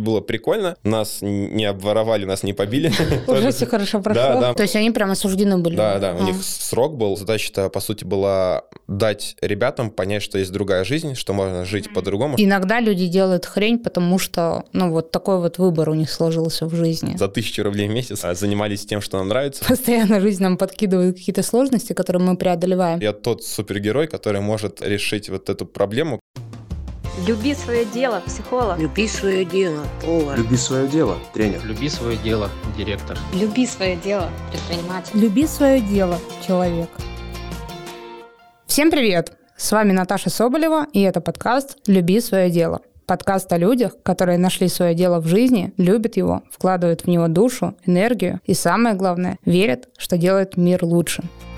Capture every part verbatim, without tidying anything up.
было прикольно. Нас не обворовали, нас не побили. Уже все хорошо прошло. То есть они прям осуждены были? Да, да, у них срок был. Задача-то, по сути, была дать ребятам понять, что есть другая жизнь, что можно жить по-другому. Иногда люди делают хрень, потому что, ну, вот такой вот выбор у них сложился в жизни. За тысячу рублей в месяц занимались тем, что нам нравится. Постоянно жизнь нам подкидывает какие-то сложности, которые мы преодолеваем. Я тот супергерой, который может решить вот эту проблему. Люби свое дело, психолог. Люби свое дело, повар. Люби свое дело, тренер. Люби свое дело, директор. Люби свое дело, предприниматель. Люби свое дело, человек. Всем привет! С вами Наташа Соболева, и это подкаст «Люби свое дело». Подкаст о людях, которые нашли свое дело в жизни, любят его, вкладывают в него душу, энергию и, самое главное, верят, что делает мир лучше.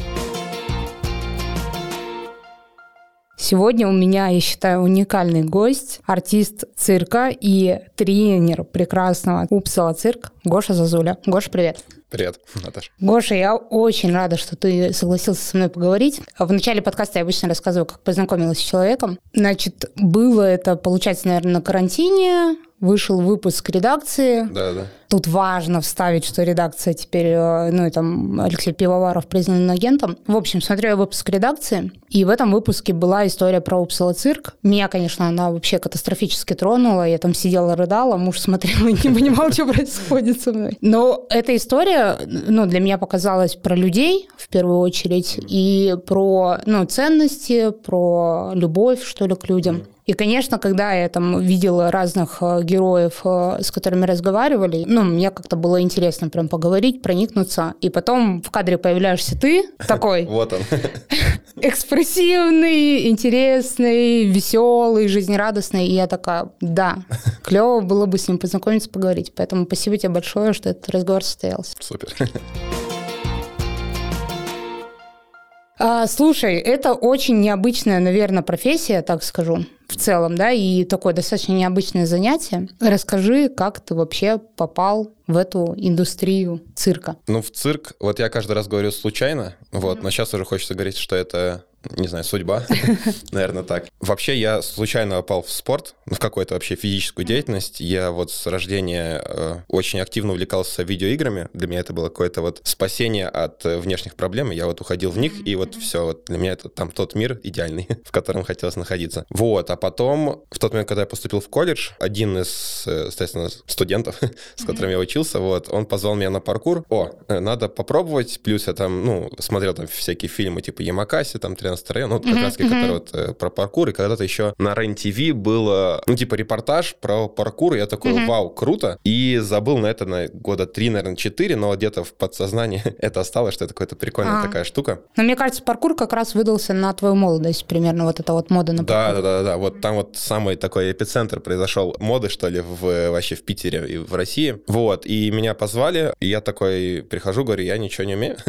Сегодня у меня, я считаю, уникальный гость, артист цирка и тренер прекрасного Uppsala цирк Гоша Зозуля. Гоша, привет. Привет, Наташа. Гоша, я очень рада, что ты согласился со мной поговорить. В начале подкаста я обычно рассказываю, как познакомилась с человеком. Значит, было это, получается, наверное, на карантине. Вышел выпуск редакции. Да, да. Тут важно вставить, что редакция теперь, ну и там Алексей Пивоваров признан агентом. В общем, смотрела выпуск редакции, и в этом выпуске была история про Uppsala цирк. Меня, конечно, она вообще катастрофически тронула. Я там сидела, рыдала, муж смотрел и не понимал, что происходит со мной. Но эта история, ну, для меня показалась про людей, в первую очередь, и про, ну, ценности, про любовь, что ли, к людям. И, конечно, когда я там видела разных героев, с которыми разговаривали, ну, мне как-то было интересно прям поговорить, проникнуться. И потом в кадре появляешься ты, такой... Вот он. Экспрессивный, интересный, веселый, жизнерадостный. И я такая, да, клево было бы с ним познакомиться, поговорить. Поэтому спасибо тебе большое, что этот разговор состоялся. Супер. А, слушай, это очень необычная, наверное, профессия, так скажу, в целом, да, и такое достаточно необычное занятие. Расскажи, как ты вообще попал в эту индустрию цирка? Ну, в цирк, вот я каждый раз говорю случайно, вот, но сейчас уже хочется говорить, что это... Не знаю, судьба, наверное, так. Вообще, я случайно попал в спорт, в какую-то вообще физическую деятельность. Я вот с рождения э, очень активно увлекался видеоиграми. Для меня это было какое-то вот спасение от э, внешних проблем. Я вот уходил в них, и вот все, вот для меня это там тот мир идеальный, в котором хотелось находиться. Вот, а потом, в тот момент, когда я поступил в колледж, один из, э, соответственно, студентов, с которым я учился, вот, он позвал меня на паркур. О, э, надо попробовать. Плюс я там, ну, смотрел там всякие фильмы типа Ямакаси, там, тринадцатый район, ну, вот как раз, который вот э, про паркур, и когда-то еще на РЕН-ТВ было, ну, типа, репортаж про паркур, и я такой, mm-hmm. вау, круто, и забыл на это на года три, наверное, четыре, но где-то в подсознании это осталось, что это какая-то прикольная А-а-а. такая штука. Но мне кажется, паркур как раз выдался на твою молодость, примерно, вот эта вот мода на паркур. Да-да-да, вот там вот самый такой эпицентр произошел моды, что ли, в, вообще в Питере и в России, вот, и меня позвали, и я такой прихожу, говорю, я ничего не умею,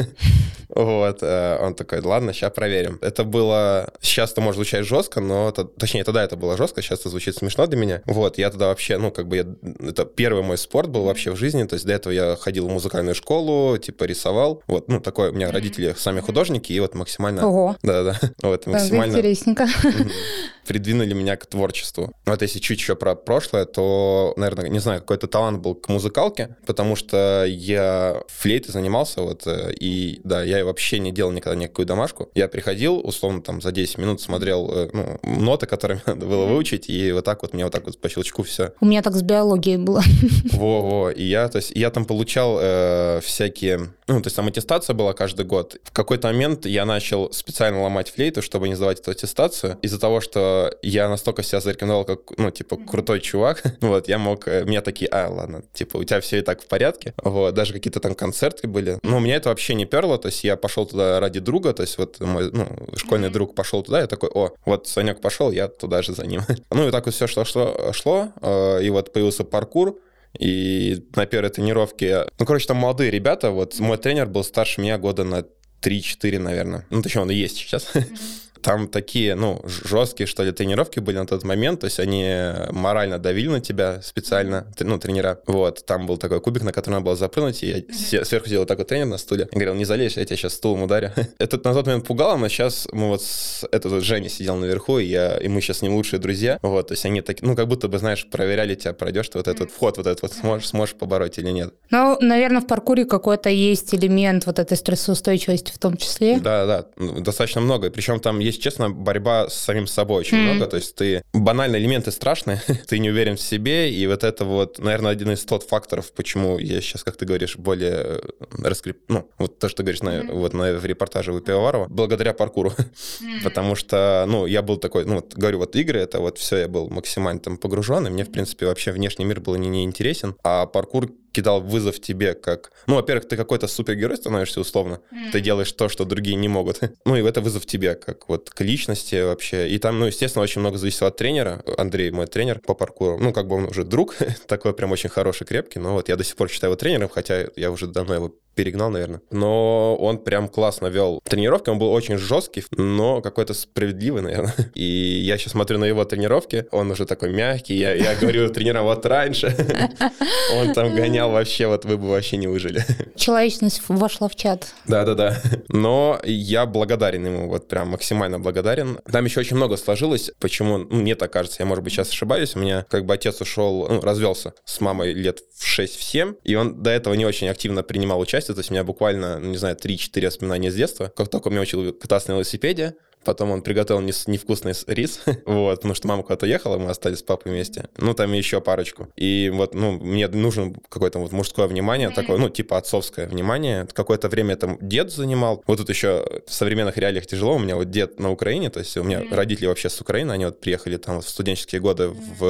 вот, он такой, ладно, сейчас проверим. Это было... Сейчас это может звучать жестко, но... Это, точнее, тогда это было жестко, сейчас это звучит смешно для меня. Вот, я тогда вообще, ну, как бы... Я, это первый мой спорт был вообще в жизни, то есть до этого я ходил в музыкальную школу, типа рисовал. Вот, ну, такое... У меня родители сами художники, и вот максимально... Ого! Да-да, вот максимально... Интересненько. Придвинули меня к творчеству. Вот если чуть еще про прошлое, то, наверное, не знаю, какой-то талант был к музыкалке, потому что я флейтой занимался, вот, и, да, я вообще не делал никогда никакую домашку. Я приходил, условно, там, за десять минут смотрел, ну, ноты, которые надо было выучить, и вот так вот, мне вот так вот по щелчку все. У меня так с биологией было. Во-во, и я, то есть, я там получал э, всякие, ну, то есть, там аттестация была каждый год. В какой-то момент я начал специально ломать флейту, чтобы не сдавать эту аттестацию, из-за того, что я настолько себя зарекомендовал как, ну, типа, крутой чувак, вот, я мог, меня такие, а, ладно, типа, у тебя все и так в порядке, вот, даже какие-то там концерты были, но у меня это вообще не перло, то есть, я пошел туда ради друга, то есть, вот, мой, ну, школьный друг пошел туда, я такой, о, вот Санек пошел, я туда же за ним. Ну, и так вот все шло, шло, шло, и вот появился паркур, и на первой тренировке, ну, короче, там молодые ребята, вот, мой тренер был старше меня года на три-четыре, наверное, ну, точнее, он и есть сейчас. там такие, ну, жесткие, что ли, тренировки были на тот момент, то есть они морально давили на тебя специально, ну, тренера. Вот, там был такой кубик, на который надо было запрыгнуть, и я сверху делал такой тренер на стуле. Я говорил, не залезь, я тебя сейчас стулом ударю. Это на тот момент пугало, но сейчас мы вот с... этот вот Женя сидел наверху, и, я... и мы сейчас с ним лучшие друзья. Вот, то есть они так, ну, как будто бы, знаешь, проверяли тебя, пройдешь ты вот этот вход, вот этот вот, сможешь, сможешь побороть или нет. Ну, наверное, в паркуре какой-то есть элемент вот этой стрессоустойчивости в том числе. Да, да, достаточно много. Причем там есть, честно, борьба с самим собой очень mm. много. То есть ты... Банальные элементы страшные, ты не уверен в себе, и вот это вот, наверное, один из тот факторов, почему я сейчас, как ты говоришь, более раскреп... Ну, вот то, что ты говоришь на, mm. вот, на, в репортаже у Пивоварова, благодаря паркуру. Mm. Потому что, ну, я был такой, ну, вот, говорю, вот игры, это вот все, я был максимально там погружен, и мне, в принципе, вообще внешний мир был не, не интересен, а паркур кидал вызов тебе как... Ну, во-первых, ты какой-то супергерой становишься условно. Mm. Ты делаешь то, что другие не могут. Ну, и это вызов тебе как вот к личности вообще. И там, ну, естественно, очень много зависело от тренера. Андрей, мой тренер по паркуру. Ну, как бы он уже друг, такой прям очень хороший, крепкий. Но вот я до сих пор считаю его тренером, хотя я уже давно его перегнал, наверное. Но он прям классно вел тренировки. Он был очень жесткий, но какой-то справедливый, наверное. И я сейчас смотрю на его тренировки. Он уже такой мягкий. Я, я говорю тренерам, вот раньше он там гонял вообще, вот вы бы вообще не выжили. Человечность вошла в чат. Да-да-да. Но я благодарен ему, вот прям максимально благодарен. Там еще очень много сложилось. Почему? Ну, мне так кажется, я, может быть, сейчас ошибаюсь. У меня как бы отец ушел, ну, развелся с мамой лет в шесть-семь, и он до этого не очень активно принимал участие. То есть у меня буквально, ну, не знаю, три-четыре воспоминания с детства. Как только он меня учил кататься на велосипеде, потом он приготовил невкусный рис, вот, потому что мама куда-то ехала, мы остались с папой вместе. Ну, там еще парочку. И вот, ну, мне нужно какое-то вот мужское внимание, такое, ну, типа отцовское внимание. Какое-то время это дед занимал. Вот тут еще в современных реалиях тяжело. У меня вот дед на Украине, то есть у меня родители вообще с Украины, они вот приехали там в студенческие годы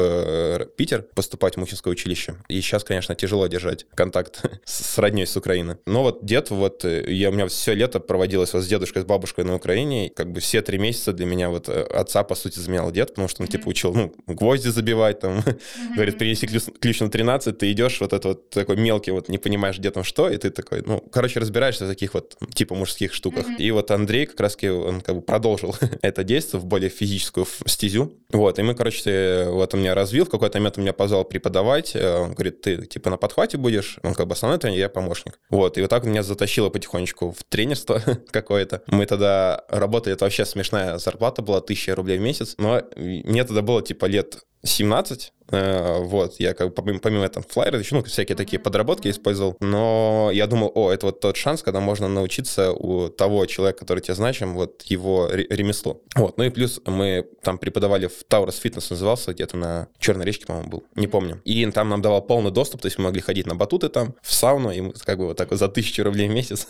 в Питер поступать в Мухинское училище. И сейчас, конечно, тяжело держать контакт с родней с Украины. Но вот дед, вот, я, у меня все лето проводилось вот с дедушкой, с бабушкой на Украине, как бы все три месяца для меня вот отца, по сути, заменял дед, потому что он, типа, учил, ну, гвозди забивать, там, mm-hmm. говорит, принеси ключ, ключ на тринадцать, ты идешь, вот это вот такой мелкий, вот, не понимаешь, где там что, и ты такой, ну, короче, разбираешься в таких вот, типа, мужских штуках. Mm-hmm. И вот Андрей как раз-таки, он как бы продолжил это действие в более физическую стезю, вот, и мы, короче, вот он меня развил, в какой-то момент он меня позвал преподавать, он говорит, ты, типа, на подхвате будешь, он как бы основной тренер, я помощник. Вот, и вот так он меня затащило потихонечку в тренерство какое-то. Мы тогда работали, это вообще смешная зарплата была, тысяча рублей в месяц, но мне тогда было типа лет семнадцать, вот, я как бы помимо, помимо этого флайера еще, ну, всякие такие подработки использовал, но я думал, о, это вот тот шанс, когда можно научиться у того человека, который тебе значим, вот его ремеслу. Вот, ну и плюс мы там преподавали в Taurus Fitness, назывался, где-то на Черной речке, по-моему, был, не помню. И там нам давал полный доступ, то есть мы могли ходить на батуты там, в сауну, и мы как бы вот так вот за тысячу рублей в месяц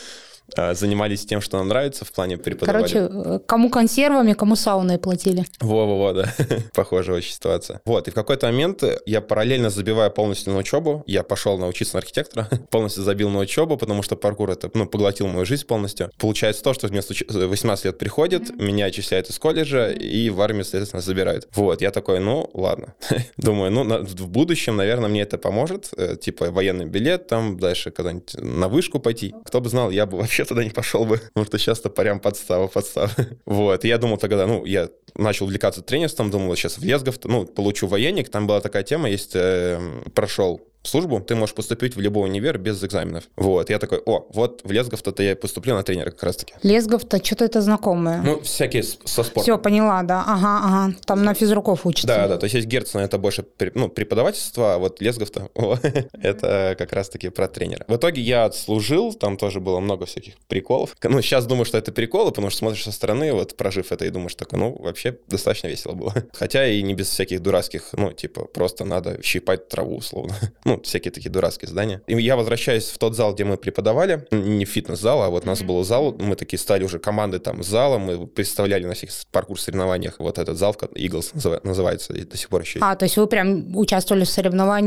занимались тем, что нам нравится в плане преподавали. Короче, кому консервами, кому сауной платили. Во-во-во, да. Похожая очень ситуация. Вот, и в какой-то момент я параллельно забиваю полностью на учебу. Я пошел научиться на архитектора, полностью забил на учебу, потому что паркур это, ну, поглотил мою жизнь полностью. Получается то, что мне восемнадцать лет приходит, mm-hmm. меня отчисляют из колледжа и в армию, соответственно, забирают. Вот, я такой, ну, ладно. Думаю, ну, на, в будущем, наверное, мне это поможет. Типа военный билет, там, дальше когда-нибудь на вышку пойти. Кто бы знал, я бы вообще туда не пошел бы, потому что сейчас-то прям подстава, подстава. Вот, и я думал тогда, ну, я начал увлекаться тренерством, думал, сейчас в Лесгов, ну, получу военник, там была такая тема, есть, э, прошел службу, ты можешь поступить в любой универ без экзаменов. Вот, я такой, о, вот в Лесгов-то я поступлю на тренера как раз-таки. Лесгов-то что-то это знакомое. Ну, всякие со спортом. Все, поняла, да, ага, ага, там на физруков учатся. Да, да, то есть есть Герцена, это больше, ну, преподавательство, а вот Лесгов-то, это как раз-таки про тренера. В итоге я отслужил, там тоже было много всяких приколов. Ну, сейчас думаю, что это приколы, потому что смотришь со стороны, вот, прожив это, и думаешь, такой, ну, вообще достаточно весело было. Хотя и не без всяких дурацких, ну, типа, просто надо щипать траву, условно. Ну, всякие такие дурацкие здания. И я возвращаюсь в тот зал, где мы преподавали. Не фитнес-зал, а вот у нас был зал. Мы такие стали уже командой там зала. Мы представляли на всех паркур-соревнованиях вот этот зал, Eagles называется, и до сих пор еще есть. А, то есть вы прям участвовали в соревнованиях?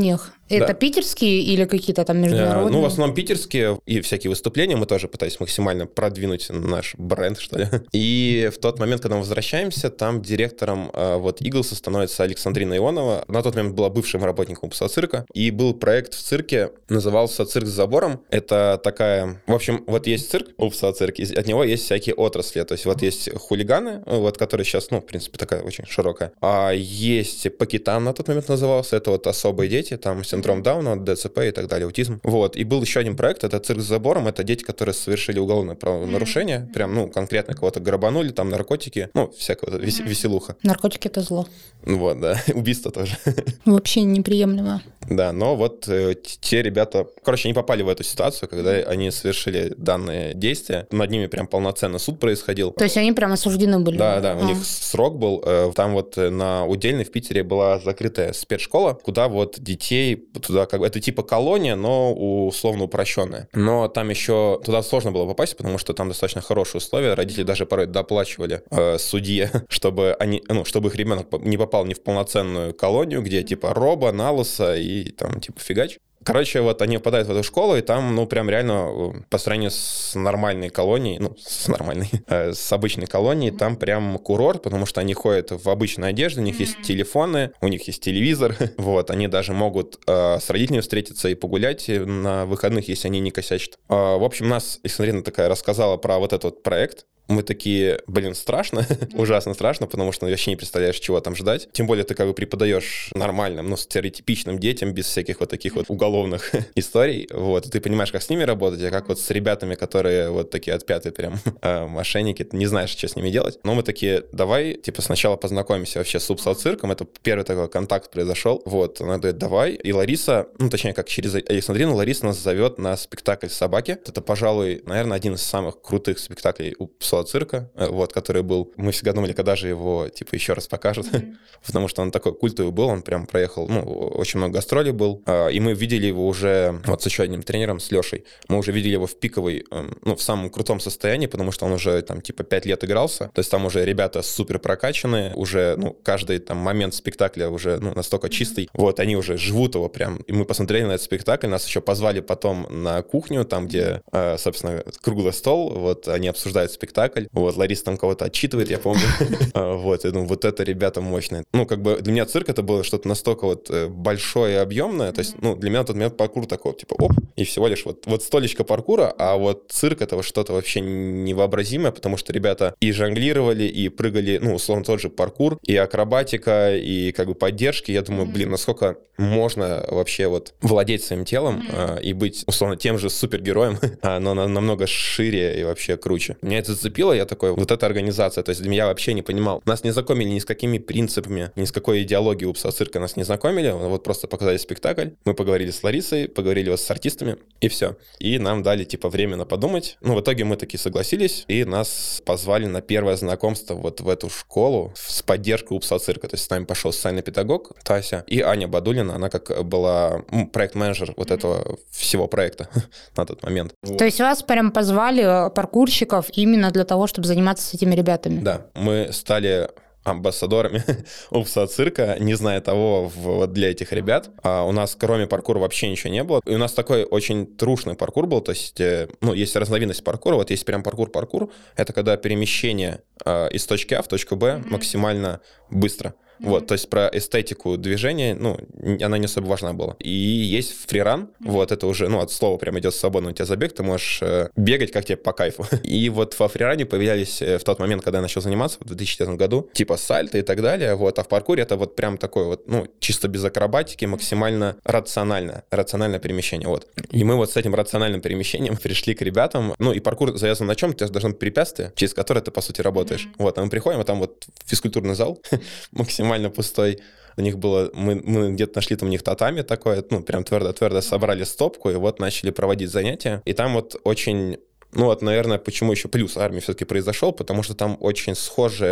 Это Да. питерские или какие-то там международные? Ну, в основном питерские и всякие выступления. Мы тоже пытались максимально продвинуть наш бренд, что ли. И в тот момент, когда мы возвращаемся, там директором э, вот Иглса становится Александрина Ионова. На тот момент была бывшим работником УПСО-цирка. И был проект в цирке, назывался «Цирк с забором». Это такая... В общем, вот есть цирк, УПСО-цирк, и от него есть всякие отрасли. То есть вот есть хулиганы, вот, которые сейчас, ну, в принципе, такая очень широкая. А есть Пакитан на тот момент назывался. Это вот особые дети, там синдром Дауна, ДЦП и так далее, аутизм. Вот. И был еще один проект, это «Цирк с забором». Это дети, которые совершили уголовное правонарушение. Прям, ну, конкретно кого-то грабанули, там наркотики, ну, всякая вес- веселуха. Наркотики — это зло. Вот, да. Убийство тоже. Вообще неприемлемо. Да, но вот э, те ребята, короче, они попали в эту ситуацию, когда они совершили данные действия. Над ними прям полноценный суд происходил. То есть они прям осуждены были? Да, да, у А. них срок был. э, Там вот на Удельной в Питере была закрытая спецшкола, куда вот детей, туда как бы, это типа колония, но условно упрощенная. Но там еще туда сложно было попасть, потому что там достаточно хорошие условия. Родители даже порой доплачивали э, судье, чтобы они, ну, чтобы их ребенок не попал не в полноценную колонию, где типа роба, налоса и там типа фигач. Короче, вот они попадают в эту школу, и там, ну, прям реально по сравнению с нормальной колонией, ну, с нормальной, э, с обычной колонией, там прям курорт, потому что они ходят в обычной одежде, у них есть телефоны, у них есть телевизор, вот, они даже могут э, с родителями встретиться и погулять на выходных, если они не косячат. Э, в общем, нас Александрина такая рассказала про вот этот вот проект. Мы такие, блин, страшно, ужасно страшно, потому что вообще не представляешь, чего там ждать. Тем более ты как бы преподаешь нормальным, ну, стереотипичным детям, без всяких вот таких вот уголовных историй, вот, и ты понимаешь, как с ними работать, а как вот с ребятами, которые вот такие отпятые прям э, мошенники, ты не знаешь, что с ними делать. Но мы такие, давай, типа, сначала познакомимся вообще с УПСО-цирком, это первый такой контакт произошел, вот, она говорит, давай, и Лариса, ну, точнее, как через Александрину, Лариса нас зовет на спектакль «Собаки». Это, пожалуй, наверное, один из самых крутых спектаклей УПСО цирка, вот, который был. Мы всегда думали, когда же его, типа, еще раз покажут, mm-hmm. потому что он такой культовый был, он прям проехал, ну, очень много гастролей был, и мы видели его уже, вот с еще одним тренером, с Лешей, мы уже видели его в пиковой, ну, в самом крутом состоянии, потому что он уже, там, типа, пять лет игрался, то есть там уже ребята супер прокачанные, уже, ну, каждый, там, момент спектакля уже, ну, настолько чистый, вот, они уже живут его прям, и мы посмотрели на этот спектакль, нас еще позвали потом на кухню, там, где, собственно, круглый стол, вот, они обсуждают спектакль, вот, Лариса там кого-то отчитывает, я помню. Вот, я думаю, вот это ребята мощные. Ну, как бы для меня цирк это было что-то настолько вот большое и объемное, то есть, ну, для меня тот момент паркур такой, типа, оп, и всего лишь вот, вот столечко паркура, а вот цирк это вот что-то вообще невообразимое, потому что ребята и жонглировали, и прыгали, ну, условно, тот же паркур, и акробатика, и как бы поддержки. Я думаю, блин, насколько можно вообще вот владеть своим телом э, и быть, условно, тем же супергероем, но на, намного шире и вообще круче. Меня это зацепило, я такой, вот эта организация, то есть для меня вообще не понимал. Нас не знакомили ни с какими принципами, ни с какой идеологией УПСО-цирка нас не знакомили, вот просто показали спектакль, мы поговорили с Ларисой, поговорили вот с артистами, и все. И нам дали, типа, время подумать. Ну, в итоге мы таки согласились, и нас позвали на первое знакомство вот в эту школу с поддержкой УПСО-цирка. То есть с нами пошел социальный педагог Тася и Аня Бадулина, она как была ну, проект-менеджер вот этого всего проекта на тот момент. То есть вас прям позвали паркурщиков именно для того, чтобы заниматься с этими ребятами? Да, мы стали амбассадорами УПСО-цирка, не зная того вот для этих ребят. А у нас кроме паркура вообще ничего не было. И у нас такой очень трушный паркур был, то есть, ну, есть разновидность паркура, вот есть прям паркур-паркур, это когда перемещение э, из точки А в точку Б максимально быстро. Вот, то есть про эстетику движения, ну, она не особо важна была. И есть фриран, вот, это уже, ну, от слова прям идет свободно, у тебя забег, ты можешь э, бегать как тебе по кайфу. И вот во фриране появлялись э, в тот момент, когда я начал заниматься, в две тысячи четвёртом году, типа сальто и так далее, вот, а в паркуре это вот прям такое вот, ну, чисто без акробатики, максимально рациональное, рациональное перемещение, вот. И мы вот с этим рациональным перемещением пришли к ребятам, ну, и паркур завязан на чем? У тебя должно быть препятствие, через которое ты, по сути, работаешь. Вот, а мы приходим, а там вот физкультурный зал, максимально пустой. У них было, мы, мы где-то нашли там у них татами такое, ну, прям твердо-твердо собрали стопку, и вот начали проводить занятия. И там вот очень, ну, вот, наверное, почему еще плюс армии все-таки произошел, потому что там очень схожие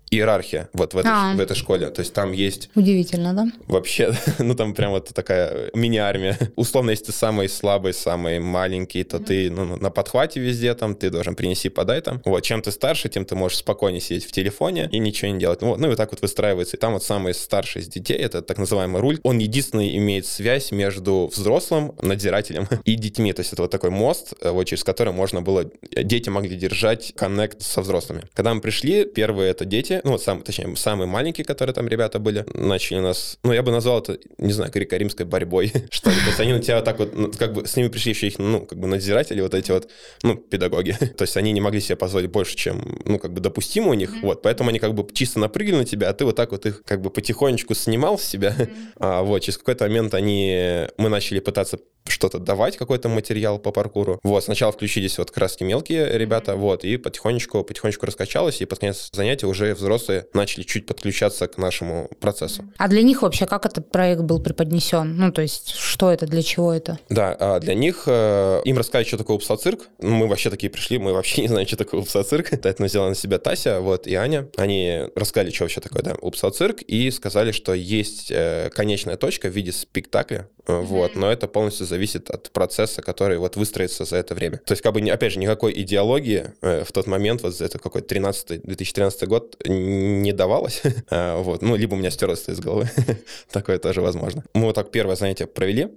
иерархия вот в этой, А. в этой школе. То есть там есть Удивительно, да? вообще, ну там прям вот такая мини-армия. Условно, если ты самый слабый, самый маленький, то ты ну, на подхвате везде там, ты должен принеси, подай там. Вот, чем ты старше, тем ты можешь спокойнее сидеть в телефоне и ничего не делать. Ну, вот, ну и вот так вот выстраивается. И там вот самый старший из детей, это так называемый руль, он единственный имеет связь между взрослым надзирателем и детьми. То есть это вот такой мост, вот, через который можно было, дети могли держать коннект со взрослыми. Когда мы пришли, первые это дети, ну вот сам, точнее, самые маленькие, которые там ребята были, начали нас, ну я бы назвал это, не знаю, греко-римской борьбой, что ли. То есть они на тебя вот так вот, ну, как бы с ними пришли еще их, ну, как бы надзиратели, вот эти вот, ну, педагоги. То есть они не могли себе позволить больше, чем, ну, как бы допустимо у них, вот, поэтому они как бы чисто напрыгали на тебя, а ты вот так вот их как бы потихонечку снимал с себя, а, вот, через какой-то момент они, мы начали пытаться что-то давать, какой-то материал по паркуру. Вот, сначала включились вот краски мелкие ребята, вот, и потихонечку, потихонечку раскачалось, и под конец занятия уже взрослые начали чуть подключаться к нашему процессу. А для них вообще как этот проект был преподнесен? Ну, то есть, что это, для чего это? Да, а для них, э, им рассказали, что такое упса-цирк. Мы вообще такие пришли, мы вообще не знаем, что такое упса-цирк. Поэтому взяла на себя Тася, вот, и Аня. Они рассказали, что вообще такое, да, упса-цирк, и сказали, что есть э, конечная точка в виде спектакля, э, вот, но это полностью зависит от процесса, который вот выстроится за это время. То есть, как бы, опять же, никакой идеологии э, в тот момент, вот это какой-то тринадцатый, две тысячи тринадцатый год, не давалось, вот, ну, либо у меня стерлось это из головы, такое тоже возможно. Мы вот так первое занятие провели,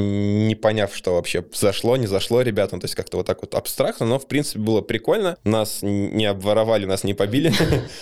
не поняв, что вообще зашло, не зашло ребятам, то есть как-то вот так вот абстрактно, но в принципе было прикольно, нас не обворовали, нас не побили,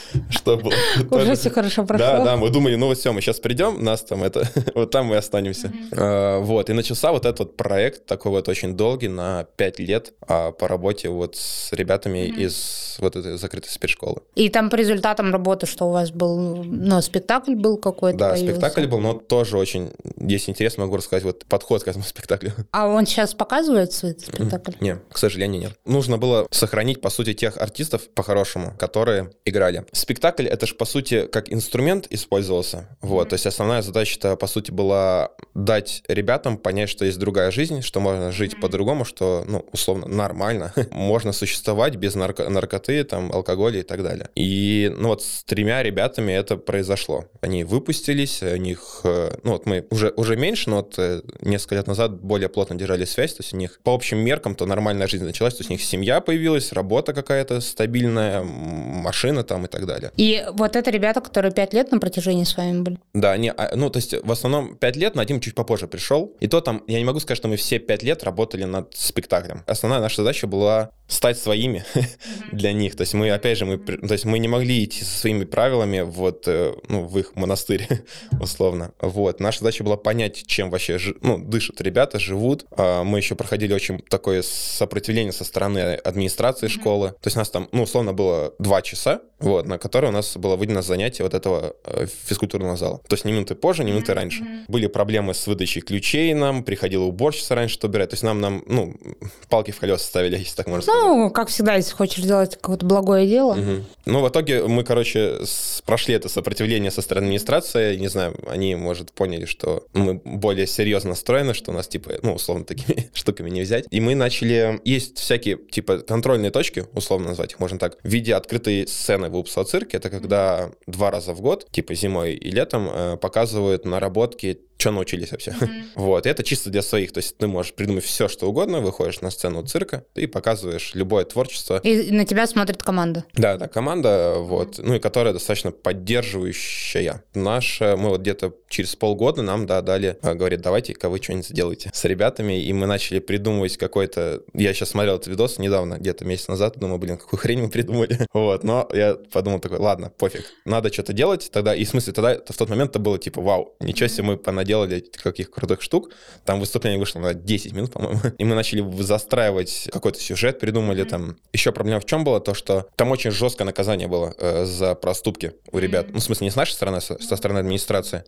что было. Уже все хорошо прошло. Да, да, мы думали, ну вот все, мы сейчас придем, нас там это, вот там мы останемся. Вот, и начался вот этот вот проект, такой вот очень долгий, на пять лет по работе вот с ребятами из вот этой закрытой спецшколы. И там по результатам работы, что у вас был, ну, спектакль был какой-то? Да, спектакль был, но тоже очень, если интересно, могу рассказать вот подход к этому спектаклю. А он сейчас показывается, этот спектакль? Нет, к сожалению, нет. Нужно было сохранить, по сути, тех артистов, по-хорошему, которые играли. Спектакль, это же, по сути, как инструмент использовался. Вот, mm-hmm. То есть основная задача-то, по сути, была дать ребятам понять, что есть другая жизнь, что можно жить mm-hmm. по-другому, что, ну, условно, нормально. Можно существовать без нарко- наркоты, там, алкоголя и так далее. И, ну, вот с тремя ребятами это произошло. Они выпустились, у них, ну, вот мы уже, уже меньше, но вот несколько лет назад более плотно держали связь, то есть у них по общим меркам то нормальная жизнь началась, то есть у них семья появилась, работа какая-то стабильная, машина там и так далее. И вот это ребята, которые пять лет на протяжении с вами были? Да, не, ну то есть в основном пять лет, но один чуть попозже пришел, и то там, я не могу сказать, что мы все пять лет работали над спектаклем. Основная наша задача была стать своими для них, то есть мы, опять же, мы, то есть мы не могли идти со своими правилами вот, ну, в их монастырь, условно. Вот, наша задача была понять, чем вообще, ну, дышат ребята, живут. Мы еще проходили очень такое сопротивление со стороны администрации mm-hmm. школы. То есть у нас там, ну, условно, было два часа, вот, на которые у нас было выделено занятие вот этого физкультурного зала. То есть не минуты позже, не минуты mm-hmm. раньше. Были проблемы с выдачей ключей нам, приходила уборщица раньше, что убирать. То есть нам, нам, ну, палки в колеса ставили, если так можно сказать. Ну, как всегда, если хочешь сделать какое-то благое дело. Mm-hmm. Ну, в итоге мы, короче, прошли это сопротивление со стороны администрации. Не знаю, они, может, поняли, что мы более серьезно настроены, что у нас, типа, ну, условно, такими штуками не взять. И мы начали... Есть всякие, типа, контрольные точки, условно назвать их, можно так, в виде открытой сцены в упса-цирке. Это когда два раза в год, типа зимой и летом, э, показывают наработки, что научились вообще. Mm-hmm. Вот, и это чисто для своих. То есть ты можешь придумать все, что угодно, выходишь на сцену цирка, ты показываешь любое творчество. И на тебя смотрит команда. Да, да, команда, вот, ну и которая достаточно поддерживающая. Наша, мы вот где-то через полгода нам, да, дали, говорит, давайте-ка вы что-нибудь сделайте с ребятами, и мы начали придумывать какой-то... Я сейчас смотрел этот видос недавно, где-то месяц назад, думаю, блин, какую хрень мы придумали. Вот, но я подумал такой, ладно, пофиг, надо что-то делать тогда. И в смысле, тогда в тот момент это было типа, вау, ничего себе, мы понаделали каких крутых штук. Там выступление вышло на десять минут, по-моему. И мы начали застраивать какой-то сюжет, придумали там. Еще проблема в чем была? То, что там очень жесткое наказание было э, за проступки у ребят. Ну, в смысле, не с нашей стороны, а со, со стороны администрации.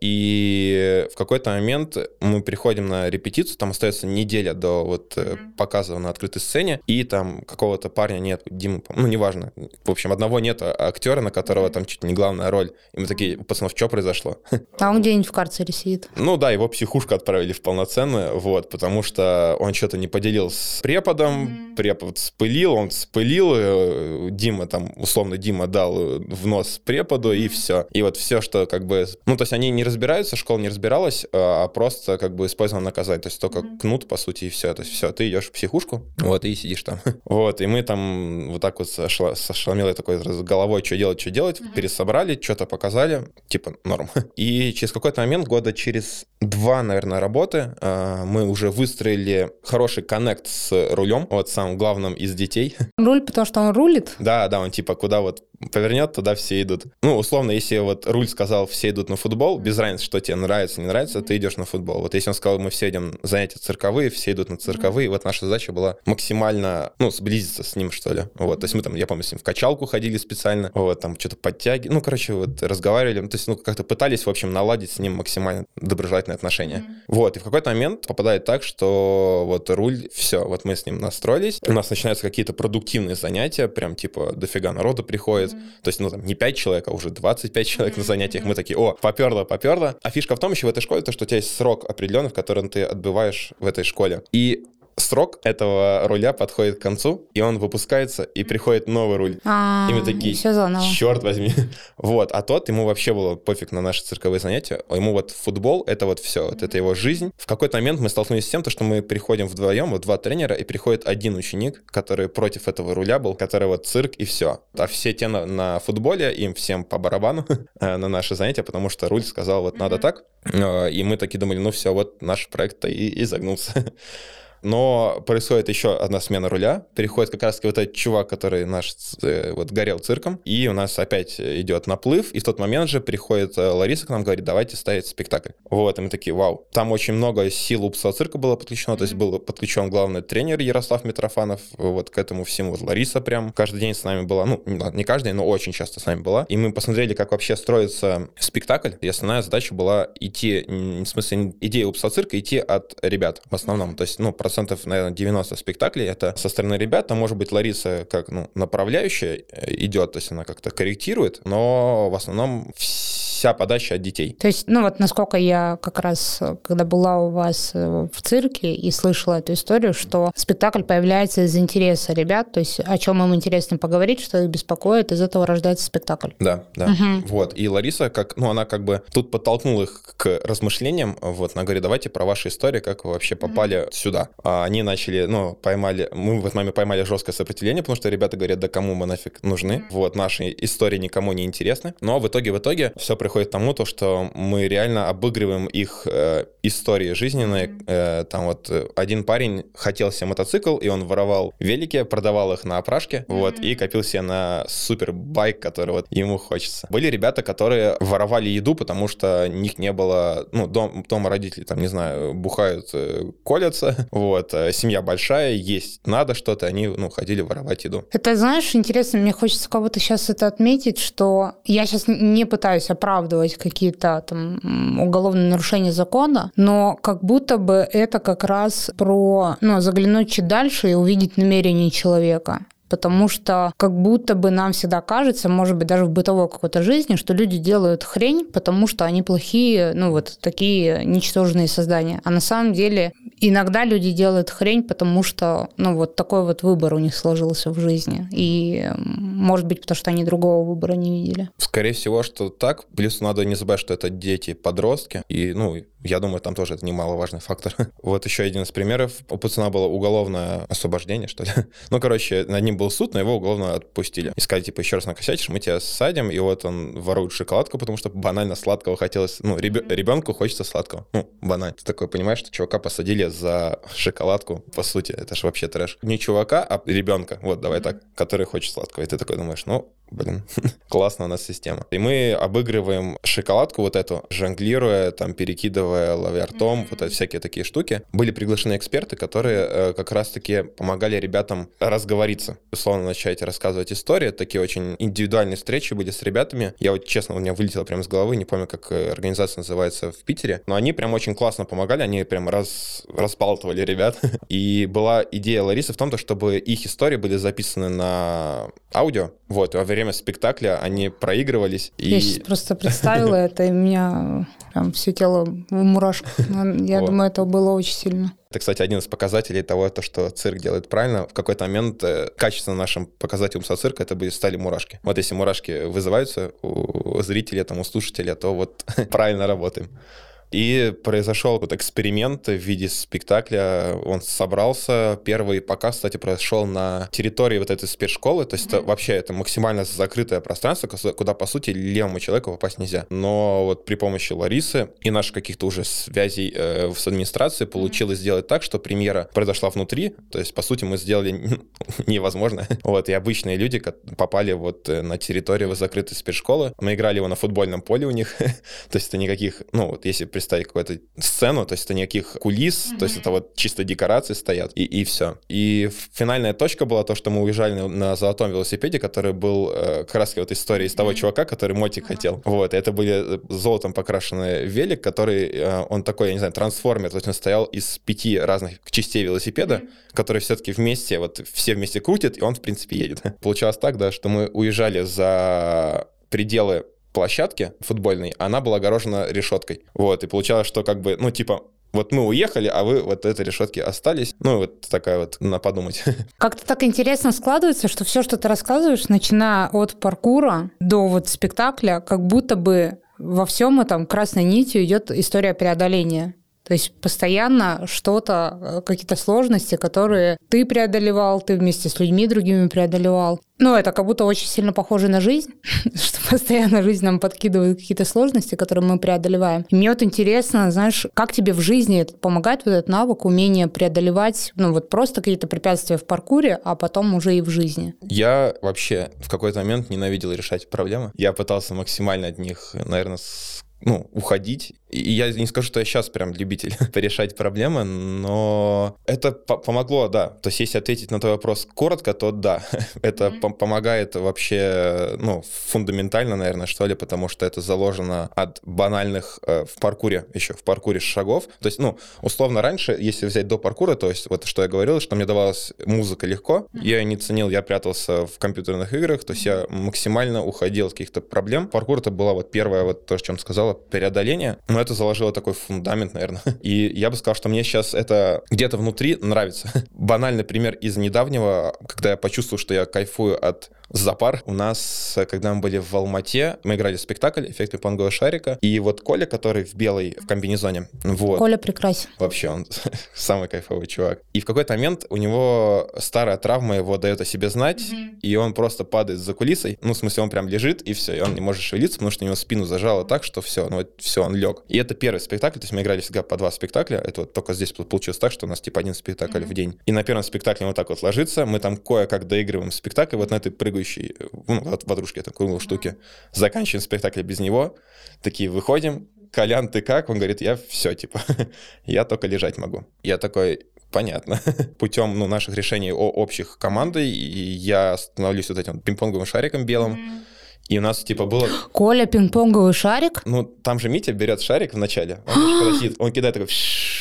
И в какой-то момент мы приходим на репетицию, там остается неделя до вот э, показа на открытой сцене, и там какого-то парня нет, Димы, ну, неважно. В общем, одного нет актера, на которого там чуть ли не главная роль. И мы такие, у пацанов, что произошло? А он где-нибудь в карцере сидит. Ну, Ну да, его психушку отправили в полноценную, вот, потому что он что-то не поделил с преподом, mm-hmm. препод спылил, он спылил, Дима там, условно, Дима дал в нос преподу, и все. И вот все, что как бы... Ну, то есть они не разбираются, школа не разбиралась, а просто как бы использовано наказать. То есть только mm-hmm. кнут, по сути, и все. То есть все, ты идешь в психушку, вот, и сидишь там. Вот, и мы там вот так вот со ошеломелой такой головой, что делать, что делать, mm-hmm. пересобрали, что-то показали, типа, норм. И через какой-то момент, года через два, наверное, работы, мы уже выстроили хороший коннект с рулем, вот самым главным из детей. Руль, потому что он рулит? Да, да, он типа куда вот повернет, туда все идут. Ну, условно, если вот руль сказал, все идут на футбол, без разницы, что тебе нравится, не нравится, ты идешь на футбол. Вот если он сказал, мы все идем занятия цирковые, все идут на цирковые, вот наша задача была максимально, ну, сблизиться с ним, что ли. Вот, то есть мы там, я помню, с ним в качалку ходили специально, вот, там что-то подтягивали, ну, короче, вот разговаривали, то есть, ну, как-то пытались, в общем, наладить с ним максимально доброжелательные отношения. Mm-hmm. Вот, и в какой-то момент попадает так, что вот руль, все, вот мы с ним настроились, у нас начинаются какие-то продуктивные занятия, прям типа дофига народу приходит, mm-hmm. то есть, ну, там, не пять человек, а уже двадцать пять человек mm-hmm. на занятиях, мы такие, о, поперло, поперло. А фишка в том еще в этой школе, то, что у тебя есть срок определенный, в котором ты отбываешь в этой школе. И срок этого руля подходит к концу, и он выпускается, и приходит новый руль. А, и мы такие, черт возьми. Вот, а тот, ему вообще было пофиг на наши цирковые занятия, ему вот футбол, это вот все, вот это его жизнь. В какой-то момент мы столкнулись с тем, что мы приходим вдвоем, вот два тренера, и приходит один ученик, который против этого руля был, который вот цирк, и все. А все те на, на футболе, им всем по барабану на наши занятия, потому что руль сказал, вот надо так. И мы такие думали, ну все, вот наш проект-то и, и загнулся. Но происходит еще одна смена руля, переходит как раз-таки вот этот чувак, который наш вот горел цирком, и у нас опять идет наплыв, и в тот момент же приходит Лариса к нам, говорит, давайте ставить спектакль. Вот, и мы такие, вау. Там очень много сил Упсала цирка было подключено, то есть был подключен главный тренер Ярослав Митрофанов, вот к этому всему. Вот Лариса прям каждый день с нами была, ну, не каждый день, но очень часто с нами была, и мы посмотрели, как вообще строится спектакль, и основная задача была идти, в смысле, идея Упсала цирка идти от ребят в основном, то есть, ну, процентов, наверное, девяносто спектаклей это со стороны ребят, там, может быть, Лариса как, ну, направляющая идет, то есть она как-то корректирует, но в основном вся подача от детей. То есть, ну вот насколько я как раз, когда была у вас в цирке и слышала эту историю, что спектакль появляется из интереса ребят, то есть о чем им интересно поговорить, что их беспокоит, из этого рождается спектакль. Да, да. Угу. Вот. И Лариса, как, ну, она как бы тут подтолкнула их к размышлениям, вот, она говорит, давайте про ваши истории, как вы вообще попали угу. сюда. А они начали, ну, поймали, мы в этот момент поймали жесткое сопротивление, потому что ребята говорят, да кому мы нафиг нужны, вот, наши истории никому не интересны, но в итоге, в итоге все приходит к тому, то, что мы реально обыгрываем их э, истории жизненные. Э, там вот один парень хотел себе мотоцикл, и он воровал велики, продавал их на опрашке, mm-hmm. вот, и копил себе на супер байк, который вот ему хочется. Были ребята, которые воровали еду, потому что у них не было, ну, дом, дома родители, там, не знаю, бухают, колятся, вот, семья большая, есть надо что-то, они, ну, ходили воровать еду. Это, знаешь, интересно, мне хочется кого-то сейчас это отметить, что я сейчас не пытаюсь оправдывать какие-то там уголовные нарушения закона, но как будто бы это как раз про, ну, заглянуть чуть дальше и увидеть намерение человека. Потому что как будто бы нам всегда кажется, может быть, даже в бытовой какой-то жизни, что люди делают хрень, потому что они плохие, ну, вот такие ничтожные создания. А на самом деле иногда люди делают хрень, потому что, ну, вот такой вот выбор у них сложился в жизни. И, может быть, потому что они другого выбора не видели. Скорее всего, что так. Плюс надо не забывать, что это дети, подростки. И, ну, я думаю, там тоже это немаловажный фактор. Вот еще один из примеров. У пацана было уголовное освобождение, что ли. Ну, короче, над ним был суд, но его уголовно отпустили. И сказали, типа, еще раз накосячишь, мы тебя ссадим. И вот он ворует шоколадку, потому что банально сладкого хотелось. Ну, ребенку хочется сладкого. Ну, банально. Ты такой понимаешь, что чувака посадили за шоколадку. По сути, это же вообще трэш. Не чувака, а ребенка. Вот, давай так. Который хочет сладкого. И ты такой думаешь, ну, блин, классная у нас система. И мы обыгрываем шоколадку вот эту, жонглируя, там, перекидывая, ловя ртом, вот это всякие такие штуки. Были приглашены эксперты, которые э, как раз-таки помогали ребятам разговориться. Условно начать рассказывать истории. Такие очень индивидуальные встречи были с ребятами. Я вот, честно, у меня вылетело прямо с головы, не помню, как организация называется в Питере, но они прям очень классно помогали, они прям раз, разбалтывали ребят. И была идея Ларисы в том, чтобы их истории были записаны на аудио. Вот, а время спектакля они проигрывались. Я и... сейчас просто представила это, и у меня прям все тело в мурашках. Я думаю, это было очень сильно. Это, кстати, один из показателей того, то, что цирк делает правильно. В какой-то момент качественно нашим показателем социрка это были стали мурашки. Вот если мурашки вызываются у зрителя, там, у слушателя, то вот правильно работаем. И произошел вот эксперимент в виде спектакля. Он собрался. Первый показ, кстати, произошел на территории вот этой спецшколы. То есть mm-hmm. это вообще это максимально закрытое пространство, куда, по сути, левому человеку попасть нельзя. Но вот при помощи Ларисы и наших каких-то уже связей э, с администрацией получилось mm-hmm. сделать так, что премьера произошла внутри. То есть, по сути, мы сделали невозможно. Вот, и обычные люди попали вот на территорию закрытой спецшколы. Мы играли его на футбольном поле у них. То есть это никаких, ну вот если представить какую-то сцену, то есть это никаких кулис, mm-hmm. то есть это вот чисто декорации стоят, и, и все. И финальная точка была то, что мы уезжали на, на золотом велосипеде, который был э, как раз вот история из того mm-hmm. чувака, который мотик mm-hmm. хотел. Вот, и это были золотом покрашенный велик, который, э, он такой, я не знаю, трансформер, то есть он стоял из пяти разных частей велосипеда, mm-hmm. которые все-таки вместе, вот все вместе крутят, и он, в принципе, едет. Получалось так, да, что мы уезжали за пределы площадки футбольной, она была огорожена решеткой. Вот, и получалось, что как бы, ну, типа, вот мы уехали, а вы вот этой решетки остались. Ну, вот такая вот, надо подумать. Как-то так интересно складывается, что все, что ты рассказываешь, начиная от паркура до вот спектакля, как будто бы во всем этом красной нитью идет история преодоления. То есть постоянно что-то, какие-то сложности, которые ты преодолевал, ты вместе с людьми другими преодолевал. Ну, это как будто очень сильно похоже на жизнь, что постоянно жизнь нам подкидывает какие-то сложности, которые мы преодолеваем. И мне вот интересно, знаешь, как тебе в жизни помогает вот этот навык, умение преодолевать, ну, вот просто какие-то препятствия в паркуре, а потом уже и в жизни? Я вообще в какой-то момент ненавидел решать проблемы. Я пытался максимально от них, наверное, с ну, уходить. И я не скажу, что я сейчас прям любитель порешать проблемы, но это по- помогло, да. То есть если ответить на твой вопрос коротко, то да, это mm-hmm. по- помогает вообще, ну, фундаментально, наверное, что ли, потому что это заложено от банальных э, в паркуре, еще в паркуре шагов. То есть, ну, условно раньше, если взять до паркура, то есть вот что я говорил, что мне давалась музыка легко, mm-hmm. я ее не ценил, я прятался в компьютерных играх, то есть я максимально уходил от каких-то проблем. Паркур это была вот первое, вот то, о чем сказала, преодоление, но это заложило такой фундамент, наверное. И я бы сказал, что мне сейчас это где-то внутри нравится. Банальный пример из недавнего, когда я почувствовал, что я кайфую от запар. У нас, когда мы были в Алмате, мы играли в спектакль «Эффект пинг-понгового шарика», и вот Коля, который в белой, в комбинезоне, вот. Коля прекрасен. Вообще, он самый кайфовый чувак. И в какой-то момент у него старая травма его дает о себе знать, mm-hmm. и он просто падает за кулисой. Ну, в смысле, он прям лежит, и все, и он не может шевелиться, потому что у него спину зажало так, что все, ну вот все, он лег. И это первый спектакль, то есть мы играли всегда по два спектакля, это вот только здесь получилось так, что у нас типа один спектакль mm-hmm. в день. И на первом спектакле он вот так вот ложится, мы там кое-как доигрываем спектакль вот на этой прыгающей, ну, ватрушке, этой круглой штуке. Заканчиваем спектакль без него, такие выходим, Колян, ты как? Он говорит, я все, типа, я только лежать могу. Я такой... Понятно. Путем ну, наших решений о общих командой я становлюсь вот этим пинг-понговым шариком белым. Mm-hmm. И у нас типа было... Коля, пинг-понговый шарик? Ну, там же Митя берет шарик в начале. Он, же он кидает такой...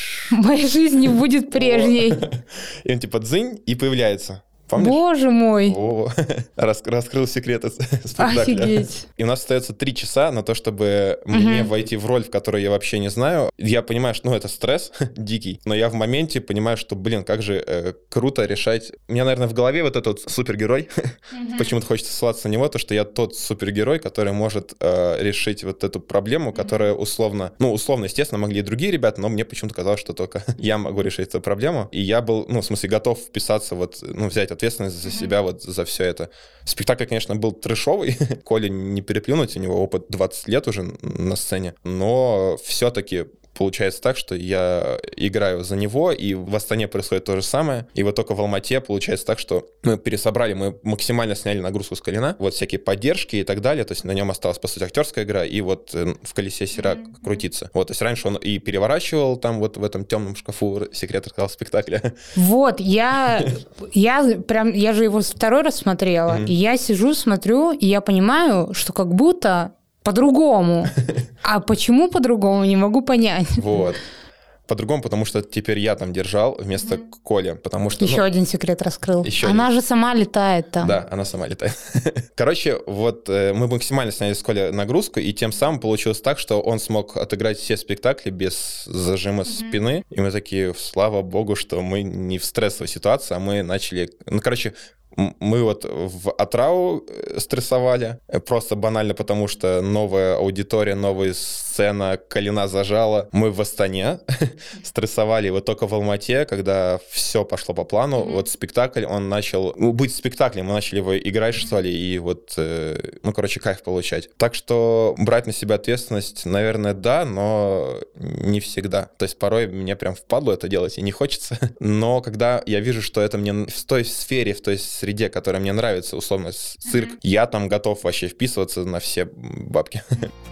Моя жизнь не будет прежней. И он типа дзынь и появляется. Помнишь? Боже мой! О, рас, раскрыл секреты спектакля. Офигеть! И у нас остается три часа на то, чтобы uh-huh. мне войти в роль, в которой я вообще не знаю. Я понимаю, что ну, это стресс дикий, но я в моменте понимаю, что, блин, как же э, круто решать. У меня, наверное, в голове вот этот вот супергерой. Uh-huh. Почему-то хочется ссылаться на него, то, что я тот супергерой, который может э, решить вот эту проблему, uh-huh. которая условно... Ну, условно, естественно, могли и другие ребята, но мне почему-то казалось, что только я могу решить эту проблему. И я был, ну, в смысле, готов вписаться, вот, ну, взять ответственность за себя, вот за все это. Спектакль, конечно, был трэшовый. Коля не переплюнуть, у него опыт двадцать лет уже на сцене, но все-таки получается так, что я играю за него, и в Астане происходит то же самое. И вот только в Алмате получается так, что мы пересобрали, мы максимально сняли нагрузку с Коляна, вот всякие поддержки и так далее, то есть на нем осталась, по сути, актерская игра, и вот в колесе сера mm-hmm. крутиться. Вот, то есть раньше он и переворачивал там вот в этом темном шкафу секрет рассказал спектакля. Вот, я, я прям, я же его второй раз смотрела, mm-hmm. и я сижу, смотрю, и я понимаю, что как будто по-другому. А почему по-другому, не могу понять. Вот. по-другому, потому что теперь я там держал вместо mm-hmm. Коли, потому что... Еще ну, один секрет раскрыл. Еще она один. же сама летает там. Да, она сама летает. Короче, вот мы максимально сняли с Коли нагрузку, и тем самым получилось так, что он смог отыграть все спектакли без зажима mm-hmm. спины, и мы такие, слава богу, что мы не в стрессовой ситуации, а мы начали... Ну, короче, мы вот в Атрау стрессовали, просто банально потому, что новая аудитория, новая сцена, Калина зажала. Мы в Астане стрессовали, вот только в Алмате, когда все пошло по плану, mm-hmm. вот спектакль, он начал быть спектаклем, мы начали его играть, что ли, и вот, ну, короче, кайф получать. Так что брать на себя ответственность, наверное, да, но не всегда. То есть порой мне прям впадло это делать, и не хочется. Но когда я вижу, что это мне в той сфере, в той среде, которая мне нравится, условно, цирк, mm-hmm. я там готов вообще вписываться на все бабки.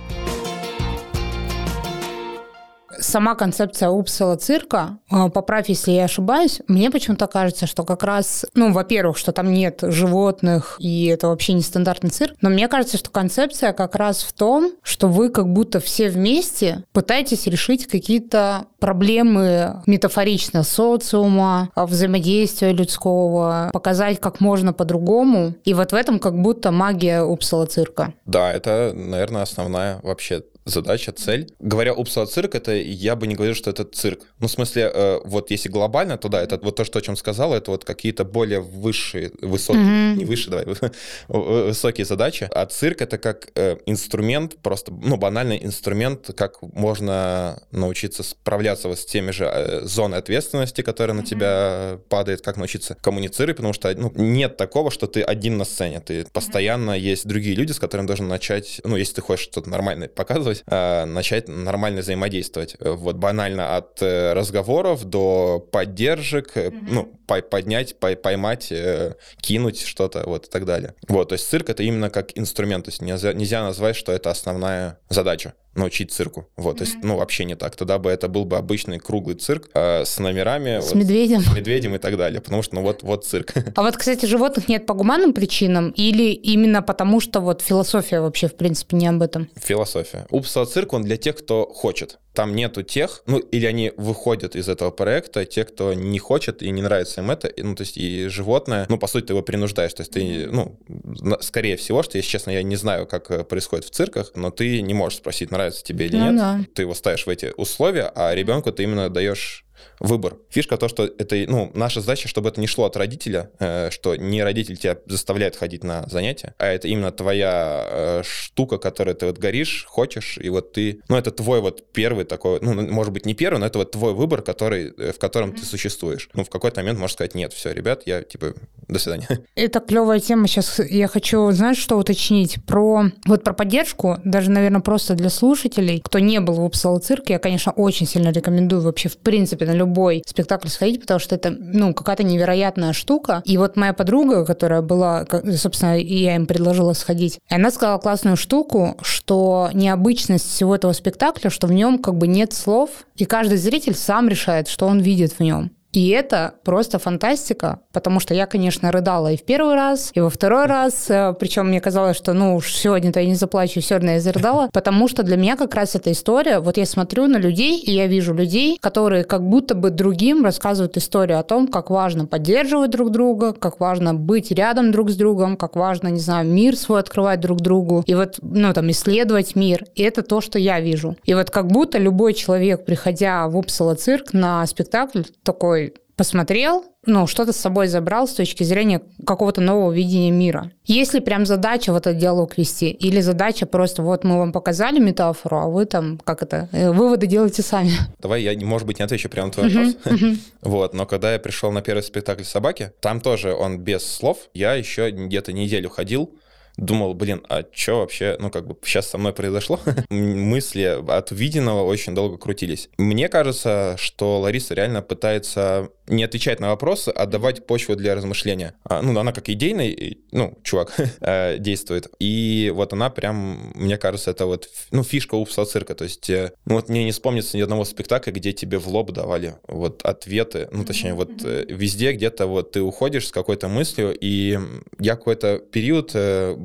Сама концепция Упсала цирка, поправь, если я ошибаюсь, мне почему-то кажется, что как раз, ну, во-первых, что там нет животных, и это вообще не стандартный цирк, но мне кажется, что концепция как раз в том, что вы как будто все вместе пытаетесь решить какие-то проблемы метафорично социума, взаимодействия людского, показать как можно по-другому, и вот в этом как будто магия Упсала цирка. Да, это, наверное, основная вообще задача, цель. Говоря Упсала цирк, это я бы не говорил, что это цирк. Ну, в смысле, э, вот если глобально, то да, это вот то, что, о чем сказал, это вот какие-то более высшие, высокие, mm-hmm. не выше, давай, высокие задачи. А цирк — это как э, инструмент, просто, ну, банальный инструмент, как можно научиться справляться вот с теми же э, зонами ответственности, которые mm-hmm. на тебя падают, как научиться коммуницировать, потому что, ну, нет такого, что ты один на сцене, ты mm-hmm. постоянно есть другие люди, с которыми должен начать, ну, если ты хочешь что-то нормальное показывать, начать нормально взаимодействовать. Вот банально от разговоров до поддержек, mm-hmm. ну, поднять, поймать, кинуть что-то, вот, и так далее. Вот, то есть цирк — это именно как инструмент, то есть нельзя, нельзя назвать, что это основная задача. Научить цирку. Вот, mm-hmm. то есть, ну, вообще не так. Тогда бы это был бы обычный круглый цирк э, с номерами. С вот, медведем. С медведем и так далее. Потому что, ну, вот, вот цирк. А вот, кстати, животных нет по гуманным причинам или именно потому, что вот философия вообще, в принципе, не об этом? Философия. Упсала цирк, он для тех, кто хочет. Там нету тех, ну, или они выходят из этого проекта, те, кто не хочет и не нравится им это, ну, то есть и животное, ну, по сути, ты его принуждаешь, то есть ты, ну, скорее всего, что, если честно, я не знаю, как происходит в цирках, но ты не можешь спросить, нравится тебе или ну, нет, да. Ты его ставишь в эти условия, а ребенку ты именно даешь выбор. Фишка то, что это, ну, наша задача, чтобы это не шло от родителя, э, что не родитель тебя заставляет ходить на занятия, а это именно твоя э, штука, которой ты вот горишь, хочешь, и вот ты, ну, это твой вот первый такой, ну, может быть, не первый, но это вот твой выбор, который, в котором ты существуешь. Ну, в какой-то момент можешь сказать, нет, все, ребят, я, типа, до свидания. Это клевая тема. Сейчас я хочу, знаешь, что уточнить? Про, вот про поддержку, даже, наверное, просто для слушателей, кто не был в Упсала цирке, я, конечно, очень сильно рекомендую вообще, в принципе, на любой спектакль сходить, потому что это, ну, какая-то невероятная штука. И вот моя подруга, которая была, собственно, я им предложила сходить, она сказала классную штуку, что необычность всего этого спектакля, что в нем как бы нет слов, и каждый зритель сам решает, что он видит в нем. И это просто фантастика, потому что я, конечно, рыдала и в первый раз, и во второй раз, причем мне казалось, что, ну, уж сегодня-то я не заплачу, все равно я зарыдала, потому что для меня как раз эта история, вот я смотрю на людей, и я вижу людей, которые как будто бы другим рассказывают историю о том, как важно поддерживать друг друга, как важно быть рядом друг с другом, как важно, не знаю, мир свой открывать друг другу, и вот, ну, там, исследовать мир, и это то, что я вижу. И вот как будто любой человек, приходя в Упсала цирк на спектакль, такой посмотрел, ну, что-то с собой забрал с точки зрения какого-то нового видения мира. Есть ли прям задача вот этот диалог вести? Или задача просто вот мы вам показали метафору, а вы там, как это, выводы делаете сами? Давай я, может быть, не отвечу прямо на твой вопрос. Вот, но когда я пришел на первый спектакль «Собаки», там тоже он без слов, я еще где-то неделю ходил, думал, блин, а что вообще, ну, как бы сейчас со мной произошло? Мысли от увиденного очень долго крутились. Мне кажется, что Лариса реально пытается не отвечать на вопросы, а давать почву для размышления. А, ну, она как идейный, ну, чувак действует. И вот она прям, мне кажется, это вот, ну, фишка Упсала цирка. То есть, ну, вот мне не вспомнится ни одного спектакля, где тебе в лоб давали вот ответы. Ну, точнее, вот везде где-то вот ты уходишь с какой-то мыслью, и я какой-то период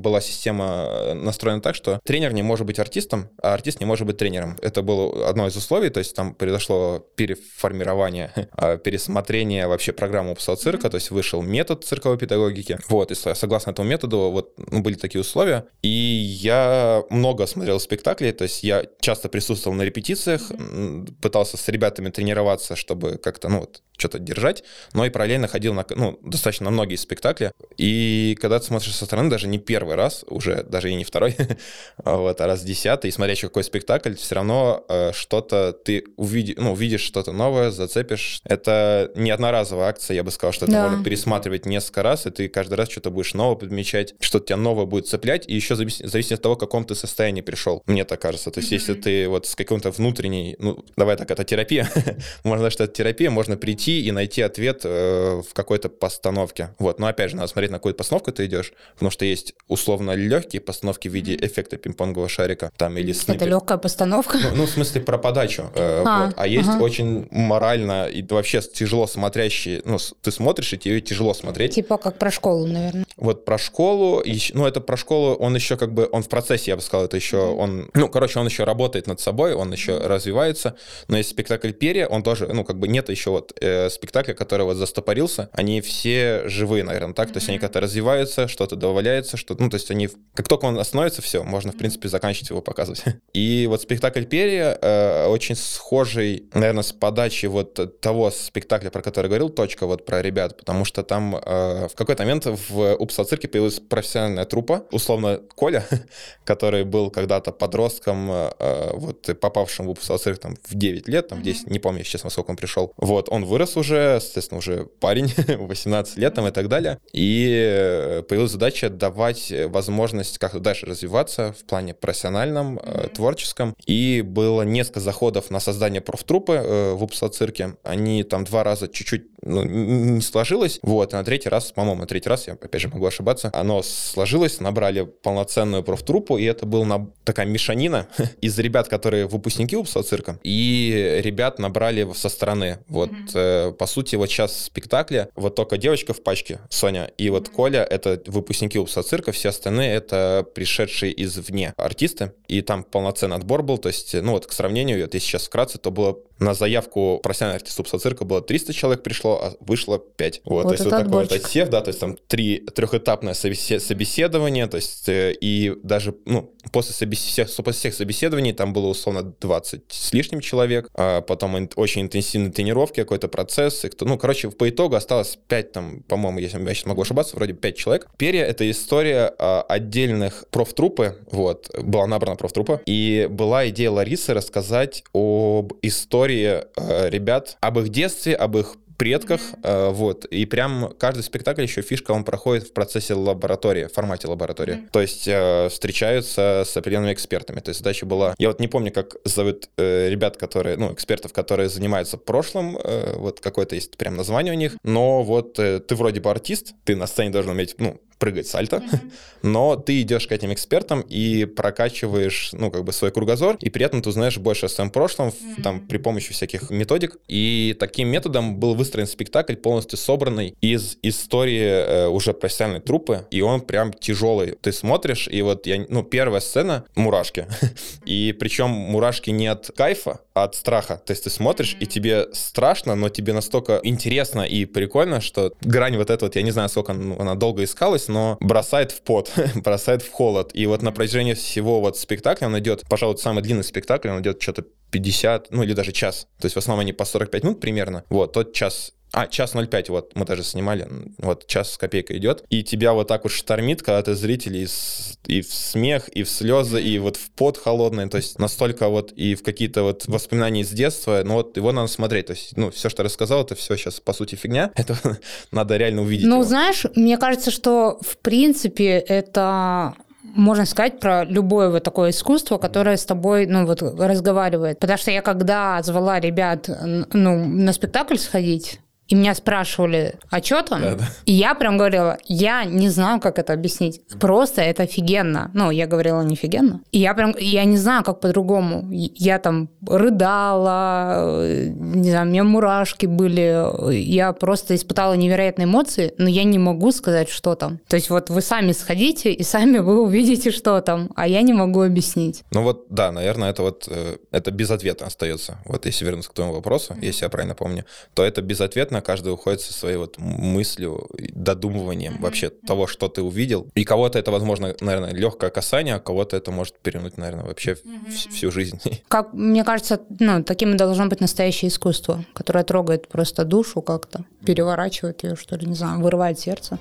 была система настроена так, что тренер не может быть артистом, а артист не может быть тренером. Это было одно из условий, то есть там произошло переформирование, пересмотрение вообще программы упсоцирка, то есть вышел метод цирковой педагогики. Вот, и согласно этому методу вот ну, были такие условия. И я много смотрел спектаклей, то есть я часто присутствовал на репетициях, пытался с ребятами тренироваться, чтобы как-то, ну вот, что-то держать, но и параллельно ходил на, ну, достаточно на многие спектакли. И когда ты смотришь со стороны, даже не первый раз, уже даже и не второй, вот, а раз десятый, и смотря какой спектакль, все равно э, что-то ты увиди, ну, увидишь что-то новое, зацепишь. Это не одноразовая акция, я бы сказал, что это да. можно пересматривать несколько раз, и ты каждый раз что-то будешь новое подмечать, что-то тебя новое будет цеплять, и еще зависит, зависит от того, в каком ты состоянии пришел, мне так кажется. То есть mm-hmm. если ты вот с какой-то внутренней, ну, давай так, это терапия, можно сказать, что это терапия, можно прийти и найти ответ э, в какой-то постановке. Вот. Но опять же, надо смотреть, на какую постановку ты идешь, потому что есть условно легкие постановки в виде эффекта пинг-понгового шарика. Там, или это легкая постановка? Ну, ну, в смысле, про подачу. Э, а, вот. а есть ага. очень морально и вообще тяжело смотрящие, ну, ты смотришь, и тебе тяжело смотреть. Типа как про школу, наверное. Вот про школу, ну, это про школу, он еще как бы, он в процессе, я бы сказал, это еще, он, ну, короче, он еще работает над собой, он еще развивается, но есть спектакль «Перья», он тоже, ну, как бы нет еще вот э, спектакля, который вот застопорился, они все живые, наверное, так, то есть они как-то развиваются, что-то добавляется, что, ну, то есть они, как только он остановится, все, можно, в принципе, заканчивать его показывать. И вот спектакль «Перья» э, очень схожий, наверное, с подачей вот того спектакля, про который говорил Точка, вот про ребят, потому что там э, в какой-то момент в упсоцирке появилась профессиональная труппа, условно Коля, который был когда-то подростком, э, вот, попавшим в упсоцирк там в девять лет, там в десять, не помню, честно, сколько он пришел. Вот, он вырос уже, соответственно, уже парень, восемнадцать лет там и так далее, и появилась задача давать возможность как-то дальше развиваться в плане профессиональном, э, творческом, и было несколько заходов на создание профтруппы э, в упсоцирке, они там два раза чуть-чуть ну, не сложилось, вот, а на третий раз, по-моему, на третий раз, я опять же могу ошибаться, оно сложилось, набрали полноценную профтруппу, и это была на... такая мешанина из ребят, которые выпускники упсоцирка, и ребят набрали со стороны, вот, mm-hmm. э, по сути, вот сейчас спектакля, вот только девочка в пачке, Соня, и вот mm-hmm. Коля, это выпускники упсоцирка, все остальные это пришедшие извне артисты, и там полноценный отбор был, то есть, ну вот, к сравнению, вот если сейчас вкратце, то было на заявку профессионального артиста упсоцирка было триста человек пришло, а вышло пять. Вот, вот то есть вот такой вот отсев, да, то есть там три трехэтапное собеседование, то есть и даже, ну, после, собесед... после всех собеседований там было условно двадцать с лишним человек, а потом очень интенсивные тренировки, какой-то процесс, и кто... ну, короче, по итогу осталось пять там, по-моему, если я сейчас могу ошибаться, вроде пять человек. «Перья» — это история а, отдельных профтруппы, вот, была набрана профтруппа, и была идея Ларисы рассказать об истории а, ребят, об их детстве, об их предках, mm-hmm. вот, и прям каждый спектакль еще фишка, он проходит в процессе лаборатории, в формате лаборатории, mm-hmm. то есть э, встречаются с определенными экспертами, то есть задача была, я вот не помню, как зовут э, ребят, которые, ну, экспертов, которые занимаются прошлым, э, вот какое-то есть прям название у них, но вот э, ты вроде бы артист, ты на сцене должен уметь, ну, прыгать сальто, mm-hmm. но ты идешь к этим экспертам и прокачиваешь, ну, как бы свой кругозор, и при этом ты узнаешь больше о своем прошлом, mm-hmm. там, при помощи всяких методик, и таким методом был выстроен спектакль, полностью собранный из истории э, уже профессиональной труппы, и он прям тяжелый. Ты смотришь, и вот, я, ну, первая сцена — мурашки, и причем мурашки не от кайфа, а от страха, то есть ты смотришь, и тебе страшно, но тебе настолько интересно и прикольно, что грань вот эта вот, я не знаю, сколько она долго искалась, но бросает в пот, бросает в холод. И вот на протяжении всего вот спектакля он идет, пожалуй, самый длинный спектакль, он идет что-то пятьдесят, ну или даже час. То есть в основном они по сорок пять минут примерно. Вот, тот час... А, час ноль пять, вот, мы даже снимали, вот, час с копейкой идет, и тебя вот так вот штормит, когда ты зритель, и, с, и в смех, и в слезы, и вот в пот холодный, то есть настолько вот, и в какие-то вот воспоминания из детства, ну вот его надо смотреть, то есть, ну, все, что я рассказал, это все сейчас, по сути, фигня, это надо реально увидеть. Ну, его. Знаешь, мне кажется, что, в принципе, это... можно сказать про любое вот такое искусство, которое с тобой, ну, вот, разговаривает. Потому что я когда звала ребят, ну, на спектакль сходить, и меня спрашивали, а что там? Да, да. И я прям говорила, я не знаю, как это объяснить. Просто это офигенно. Ну, я говорила не офигенно. И я прям, я не знаю, как по-другому. Я там рыдала, не знаю, у меня мурашки были. Я просто испытала невероятные эмоции, но я не могу сказать, что там. То есть вот вы сами сходите, и сами вы увидите, что там, а я не могу объяснить. Ну вот, да, наверное, это вот, это без ответа остается. Вот если вернуться к твоему вопросу, mm-hmm. если я правильно помню, то это безответно, каждый уходит со своей вот мыслью, додумыванием mm-hmm. вообще того, что ты увидел. И кого-то это, возможно, наверное, легкое касание, а кого-то это может перевернуть, наверное, вообще mm-hmm. всю жизнь. Как, мне кажется, ну, таким и должно быть настоящее искусство, которое трогает просто душу как-то, переворачивает ее, что ли, не знаю, вырывает сердце.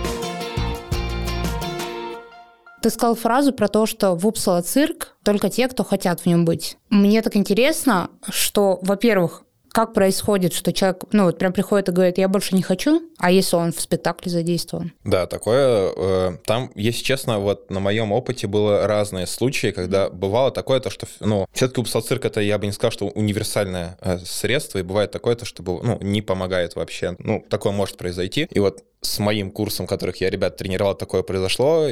Ты сказал фразу про то, что в Uppsala цирк только те, кто хотят в нем быть. Мне так интересно, что, во-первых, как происходит, что человек, ну вот прям приходит и говорит, я больше не хочу, а если он в спектакле задействован? Да, такое, э, там, если честно, вот на моем опыте было разные случаи, когда бывало такое, то, что, ну, все-таки Uppsala цирк, это, я бы не сказал, что универсальное э, средство, и бывает такое, то, что, ну, не помогает вообще, ну, такое может произойти, и вот с моим курсом, которых я ребят тренировал, такое произошло.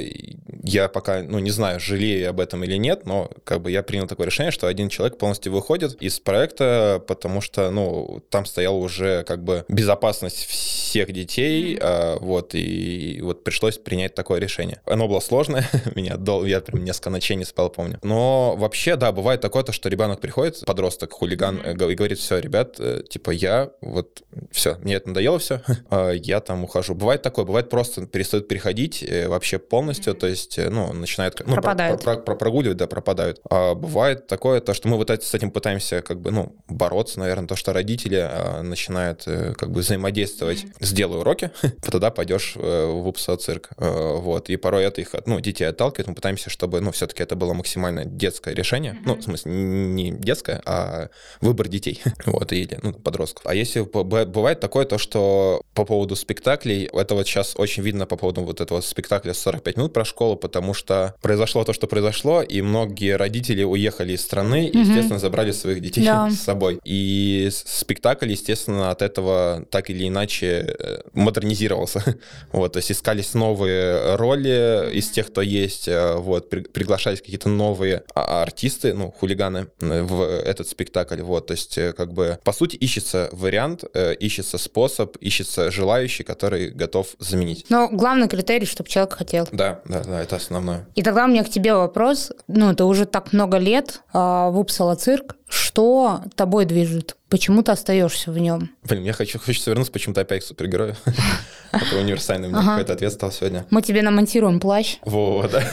Я пока, ну, не знаю, жалею об этом или нет, но как бы я принял такое решение, что один человек полностью выходит из проекта, потому что, ну, там стояла уже как бы безопасность всех детей, а, вот, и вот пришлось принять такое решение. Оно было сложное, меня дол... я прям несколько ночей не спал, помню. Но вообще, да, бывает такое, то, что ребенок приходит, подросток, хулиган, и говорит, все, ребят, типа, я вот, все, мне это надоело все, я там ухожу. Бывает такое, бывает просто перестают переходить вообще полностью, то есть, ну, начинают... Ну, пропадают. Про, про, про, прогуливать, да, пропадают. А бывает такое, то, что мы вот с этим пытаемся как бы, ну, бороться, наверное, то, что родители а, начинают как бы взаимодействовать. Сделай уроки, тогда пойдешь в Uppsala цирк. Вот. И порой это их, ну, детей отталкивает. Мы пытаемся, чтобы, ну, все-таки это было максимально детское решение. Ну, в смысле, не детское, а выбор детей. Вот, или, ну, подростков. А если бывает такое, то, что по поводу спектаклей, это вот сейчас очень видно по поводу вот этого спектакля сорок пять минут про школу, потому что произошло то, что произошло, и многие родители уехали из страны и, естественно, забрали своих детей да. с собой. И спектакль, естественно, от этого так или иначе модернизировался. Вот, то есть искались новые роли из тех, кто есть, вот, при, приглашались какие-то новые артисты, ну, хулиганы в этот спектакль. Вот, то есть, как бы, по сути, ищется вариант, ищется способ, ищется желающий, который готов заменить. Но главный критерий, чтобы человек хотел. Да, да, да, это основное. И тогда у меня к тебе вопрос. Ну, ты уже так много лет а, в Uppsala цирк. Что тобой движет? Почему ты остаешься в нем? Блин, я хочу, хочется вернуться почему-то опять к супергерою. Это универсальный, у меня какой-то ответ стал сегодня. Мы тебе намонтируем плащ. Вот, да.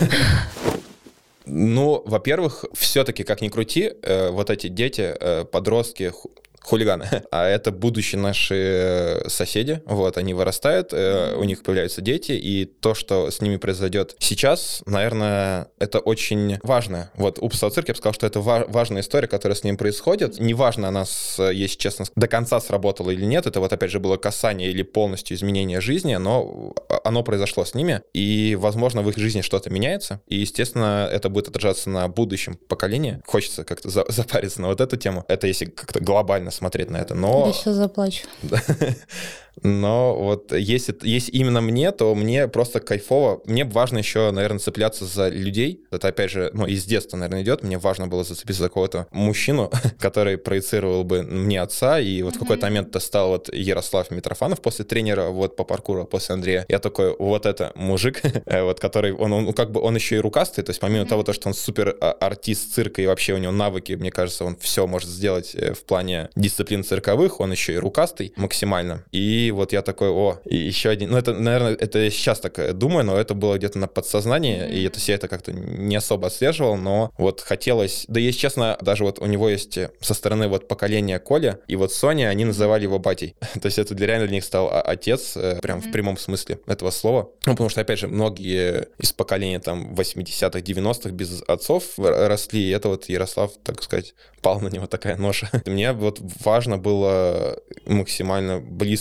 Ну, во-первых, все-таки, как ни крути, вот эти дети, подростки, хулиганы, а это будущие наши соседи, вот, они вырастают, у них появляются дети, и то, что с ними произойдет сейчас, наверное, это очень важно. Вот, Uppsala цирк, я бы сказал, что это важная история, которая с ним происходит. Неважно, она, если честно, до конца сработала или нет, это вот, опять же, было касание или полностью изменение жизни, но оно произошло с ними, и, возможно, в их жизни что-то меняется, и, естественно, это будет отражаться на будущем поколении. Хочется как-то запариться на вот эту тему. Это если как-то глобально смотреть на это, но... Я сейчас заплачу. Но вот если, если именно мне, то мне просто кайфово. Мне важно еще, наверное, цепляться за людей. Это, опять же, ну, из детства, наверное, идет. Мне важно было зацепиться за какого-то мужчину, который проецировал бы мне отца. И вот mm-hmm. в какой-то момент это стал вот Ярослав Митрофанов после тренера вот по паркуру, после Андрея. Я такой, вот это мужик, вот который, он, он как бы, он еще и рукастый. То есть помимо mm-hmm. того, что он супер артист цирка и вообще у него навыки, мне кажется, он все может сделать в плане дисциплин цирковых, он еще и рукастый максимально. И И вот я такой, о, и еще один. Ну, это, наверное, это я сейчас так думаю, но это было где-то на подсознании, mm-hmm. и это все это как-то не особо отслеживал, но вот хотелось... Да, если честно, даже вот у него есть со стороны вот поколения Коля, и вот Соня, они называли его батей. То есть это для, реально для них стал отец, прям mm-hmm. в прямом смысле этого слова. Ну, потому что, опять же, многие из поколения там восьмидесятых, девяностых без отцов росли, и это вот Ярослав, так сказать, пал на него такая ноша. Мне вот важно было максимально близко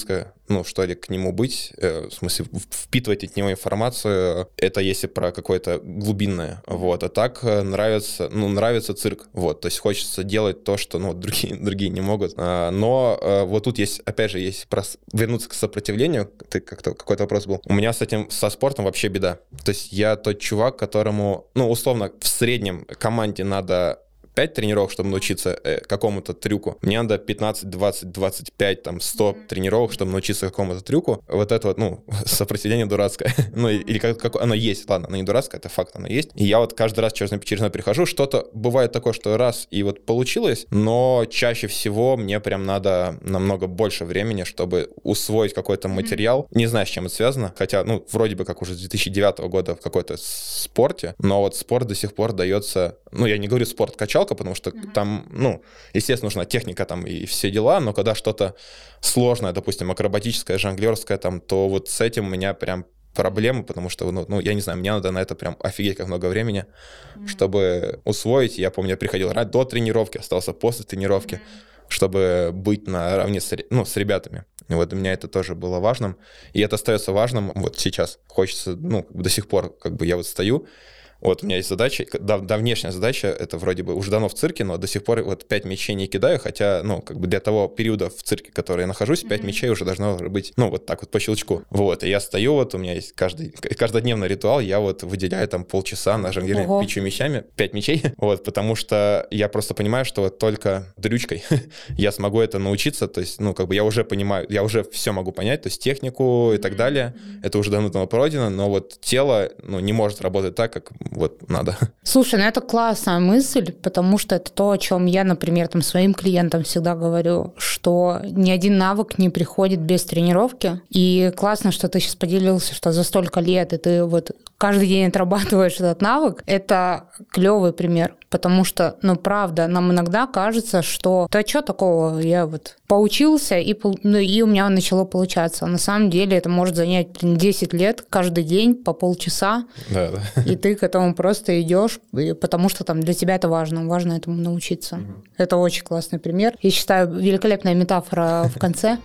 ну, что ли, к нему быть, э, в смысле, впитывать от него информацию, это если про какое-то глубинное, вот, а так нравится, ну, нравится цирк, вот, то есть хочется делать то, что, ну, другие, другие не могут, а, но а, вот тут есть, опять же, если прос... вернуться к сопротивлению, ты как-то, какой-то вопрос был, у меня с этим, со спортом вообще беда, то есть я тот чувак, которому, ну, условно, в среднем команде надо пять тренировок, чтобы научиться э, какому-то трюку. Мне надо пятнадцать, двадцать, двадцать пять, там, сто тренировок, чтобы научиться какому-то трюку. Вот это вот, ну, сопротивление дурацкое. ну, или как, как оно есть. Ладно, оно не дурацкое, это факт, оно есть. И я вот каждый раз через, через оно прихожу. Что-то бывает такое, что раз и вот получилось, но чаще всего мне прям надо намного больше времени, чтобы усвоить какой-то материал. Не знаю, с чем это связано. Хотя, ну, вроде бы как уже с две тысячи девятого года в какой-то спорте, но вот спорт до сих пор дается... Ну, я не говорю спорт-качалка, потому что uh-huh. там, ну, естественно, нужна техника там и все дела, но когда что-то сложное, допустим, акробатическое, жонглерское, там, то вот с этим у меня прям проблемы, потому что, ну, ну, я не знаю, мне надо на это прям офигеть как много времени, uh-huh. чтобы усвоить. Я помню, я приходил до тренировки, остался после тренировки, uh-huh. чтобы быть наравне с, ну, с ребятами. И вот для меня это тоже было важным, и это остается важным вот сейчас. Хочется, ну, до сих пор, как бы я вот стою, вот у меня есть задача, дав, давнешняя задача, это вроде бы уже давно в цирке, но до сих пор вот пять мячей не кидаю, хотя, ну, как бы для того периода в цирке, в котором я нахожусь, пять mm-hmm. мячей уже должно быть, ну, вот так вот по щелчку. Вот, и я стою, вот у меня есть каждый, каждодневный ритуал, я вот выделяю там полчаса на жонглирование пятью мячами, пять мячей, вот, потому что я просто понимаю, что вот только дрючкой я смогу это научиться, то есть, ну, как бы я уже понимаю, я уже все могу понять, то есть технику и так далее, это уже давно пройдено, но вот тело, ну, не может работать так, как вот надо. Слушай, ну это классная мысль, потому что это то, о чем я, например, там своим клиентам всегда говорю, что ни один навык не приходит без тренировки. И классно, что ты сейчас поделился, что за столько лет и ты вот каждый день отрабатываешь этот навык. Это клевый пример, потому что, ну, правда, нам иногда кажется, что да что такого, я вот поучился, и, ну, и у меня начало получаться. А на самом деле это может занять десять лет, каждый день по полчаса, да, да. и ты к этому просто идешь, потому что там для тебя это важно, важно этому научиться. Mm-hmm. Это очень классный пример. Я считаю, великолепная метафора в конце.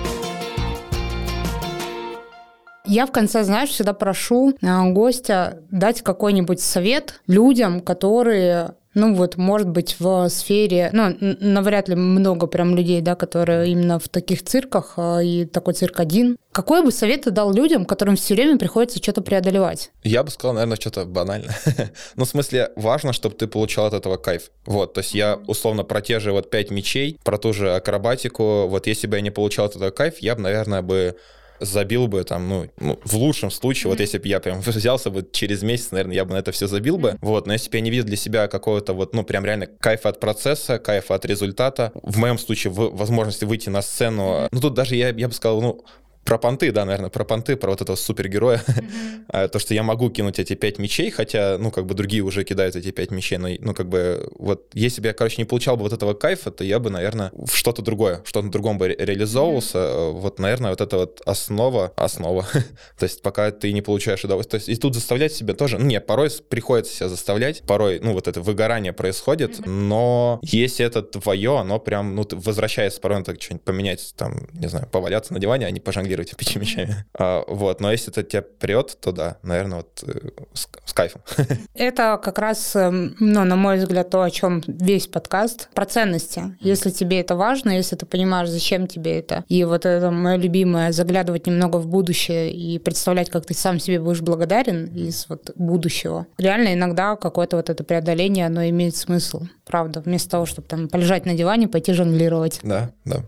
Я в конце, знаешь, всегда прошу гостя дать какой-нибудь совет людям, которые... Ну вот, может быть, в сфере, ну, навряд ли много прям людей, да, которые именно в таких цирках, и такой цирк один. Какой бы совет ты дал людям, которым все время приходится что-то преодолевать? Я бы сказал, наверное, что-то банальное. Ну, в смысле, важно, чтобы ты получал от этого кайф. Вот, то есть я, условно, про те же вот пять мячей, про ту же акробатику, вот если бы я не получал от этого кайф, я бы, наверное, бы... забил бы там, ну, ну, в лучшем случае, mm-hmm. вот если бы я прям взялся бы через месяц, наверное, я бы на это все забил бы, mm-hmm. вот, но если бы я не видел для себя какого-то вот, ну, прям реально кайфа от процесса, кайфа от результата, в моем случае, в возможности выйти на сцену, mm-hmm. ну, тут даже я, я бы сказал, ну, про понты, да, наверное, про понты, про вот этого супергероя. Mm-hmm. То, что я могу кинуть эти пять мячей, хотя, ну, как бы другие уже кидают эти пять мячей, но, ну, как бы, вот, если бы я, короче, не получал бы вот этого кайфа, то я бы, наверное, в что-то другое, в что-то другом бы реализовывался. Mm-hmm. Вот, наверное, вот это вот основа, основа. То есть пока ты не получаешь удовольствие. То есть и тут заставлять себя тоже, ну, нет, порой приходится себя заставлять, порой, ну, вот это выгорание происходит, mm-hmm. но если это твое, оно прям, ну, ты возвращается порой, так что-нибудь поменять, там, не знаю, поваляться на диване, а не пожонглировать пятью мячами. А, вот, но если это тебя прет, то да, наверное, вот э, с, с кайфом. Это как раз, ну, на мой взгляд, то, о чем весь подкаст, про ценности. Если тебе это важно, если ты понимаешь, зачем тебе это, и вот это мое любимое, заглядывать немного в будущее и представлять, как ты сам себе будешь благодарен из вот будущего. Реально иногда какое-то вот это преодоление, оно имеет смысл, правда, вместо того, чтобы там полежать на диване, пойти жонглировать. Да, да.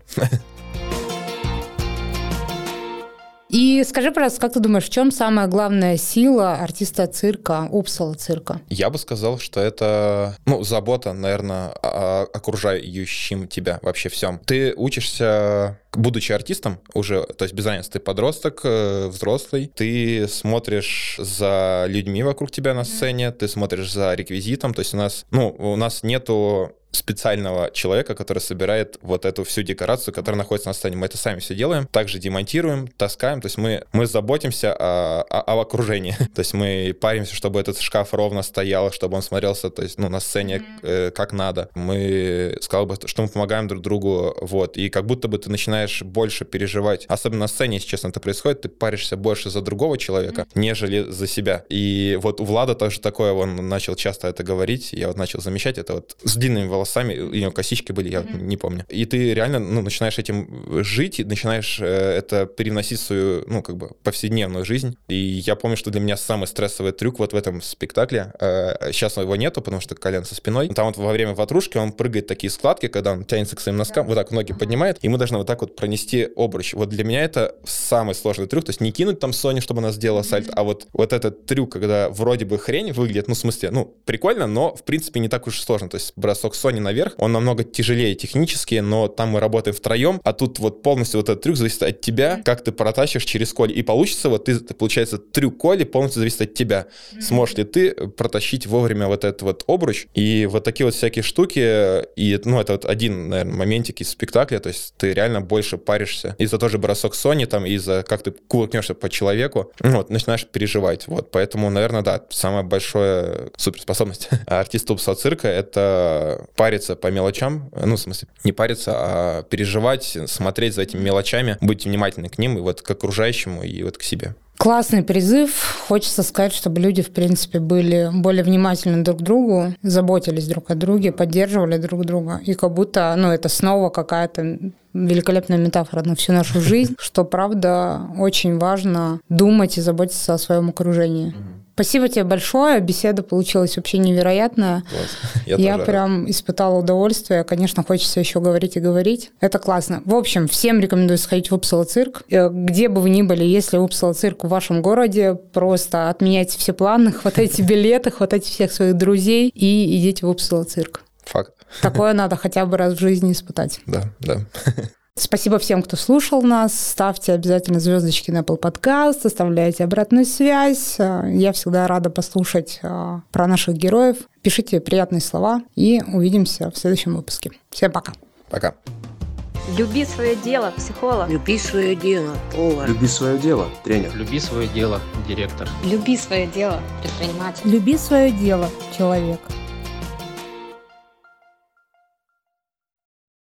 И скажи, пожалуйста, как ты думаешь, в чем самая главная сила артиста цирка, Упсала цирка? Я бы сказал, что это, ну, забота, наверное, о окружающем тебя вообще всем. Ты учишься, будучи артистом уже, то есть без разницы, ты подросток, взрослый, ты смотришь за людьми вокруг тебя на сцене, ты смотришь за реквизитом, то есть у нас, ну, у нас нету специального человека, который собирает вот эту всю декорацию, которая находится на сцене. Мы это сами все делаем. Также демонтируем, таскаем. То есть мы, мы заботимся о, о, о окружении. То есть мы паримся, чтобы этот шкаф ровно стоял, чтобы он смотрелся, то есть, ну, на сцене э, как надо. Мы, сказал бы, что мы помогаем друг другу, вот. И как будто бы ты начинаешь больше переживать. Особенно на сцене, если честно, это происходит, ты паришься больше за другого человека, нежели за себя. И вот у Влада тоже такое, он начал часто это говорить, я вот начал замечать это вот с длинными волосами, у него косички были, я не помню. И ты реально, ну, начинаешь этим жить, и начинаешь э, это переносить в свою, ну, как бы повседневную жизнь. И я помню, что для меня самый стрессовый трюк вот в этом спектакле, э, сейчас его нету, потому что Колян со спиной, там вот во время ватрушки он прыгает такие складки, когда он тянется к своим носкам, вот так ноги поднимает, и мы должны вот так вот пронести обруч. Вот для меня это самый сложный трюк, то есть не кинуть там Соню, чтобы она сделала сальто, а вот, вот этот трюк, когда вроде бы хрень выглядит, ну, в смысле, ну, прикольно, но, в принципе, не так уж сложно. То есть бросок Сони наверх, он намного тяжелее технически, но там мы работаем втроем, а тут вот полностью вот этот трюк зависит от тебя, как ты протащишь через Коль. И получится вот ты, получается, трюк Коли полностью зависит от тебя. Сможешь ли ты протащить вовремя вот этот вот обруч? И вот такие вот всякие штуки, и, ну, это вот один, наверное, моментик из спектакля, то есть ты реально больше паришься. И за тоже бросок Сони, там, и за как ты кувыркнешься по человеку, вот, начинаешь переживать. Вот, поэтому, наверное, да, самая большая суперспособность артиста упсоцирка — это париться по мелочам, ну, в смысле, не париться, а переживать, смотреть за этими мелочами, быть внимательным к ним, и вот к окружающему, и вот к себе. Классный призыв. Хочется сказать, чтобы люди, в принципе, были более внимательны друг к другу, заботились друг о друге, поддерживали друг друга. И как будто, ну, это снова какая-то великолепная метафора на всю нашу жизнь, что, правда, очень важно думать и заботиться о своем окружении. Спасибо тебе большое. Беседа получилась вообще невероятная. Класс. Я, Я тоже прям рад. Испытала удовольствие. Конечно, хочется еще говорить и говорить. Это классно. В общем, всем рекомендую сходить в Упсала-цирк. Где бы вы ни были, если Упсала-цирк в вашем городе, просто отменяйте все планы, хватайте билеты, хватайте всех своих друзей и идите в Упсала-цирк. Факт. Такое надо хотя бы раз в жизни испытать. Да, да. Спасибо всем, кто слушал нас. Ставьте обязательно звездочки на Apple Podcast, оставляйте обратную связь. Я всегда рада послушать про наших героев. Пишите приятные слова и увидимся в следующем выпуске. Всем пока. Пока. Люби свое дело, психолог. Люби свое дело, повар. Люби свое дело, тренер. Люби свое дело, директор. Люби свое дело, предприниматель. Люби свое дело, человек.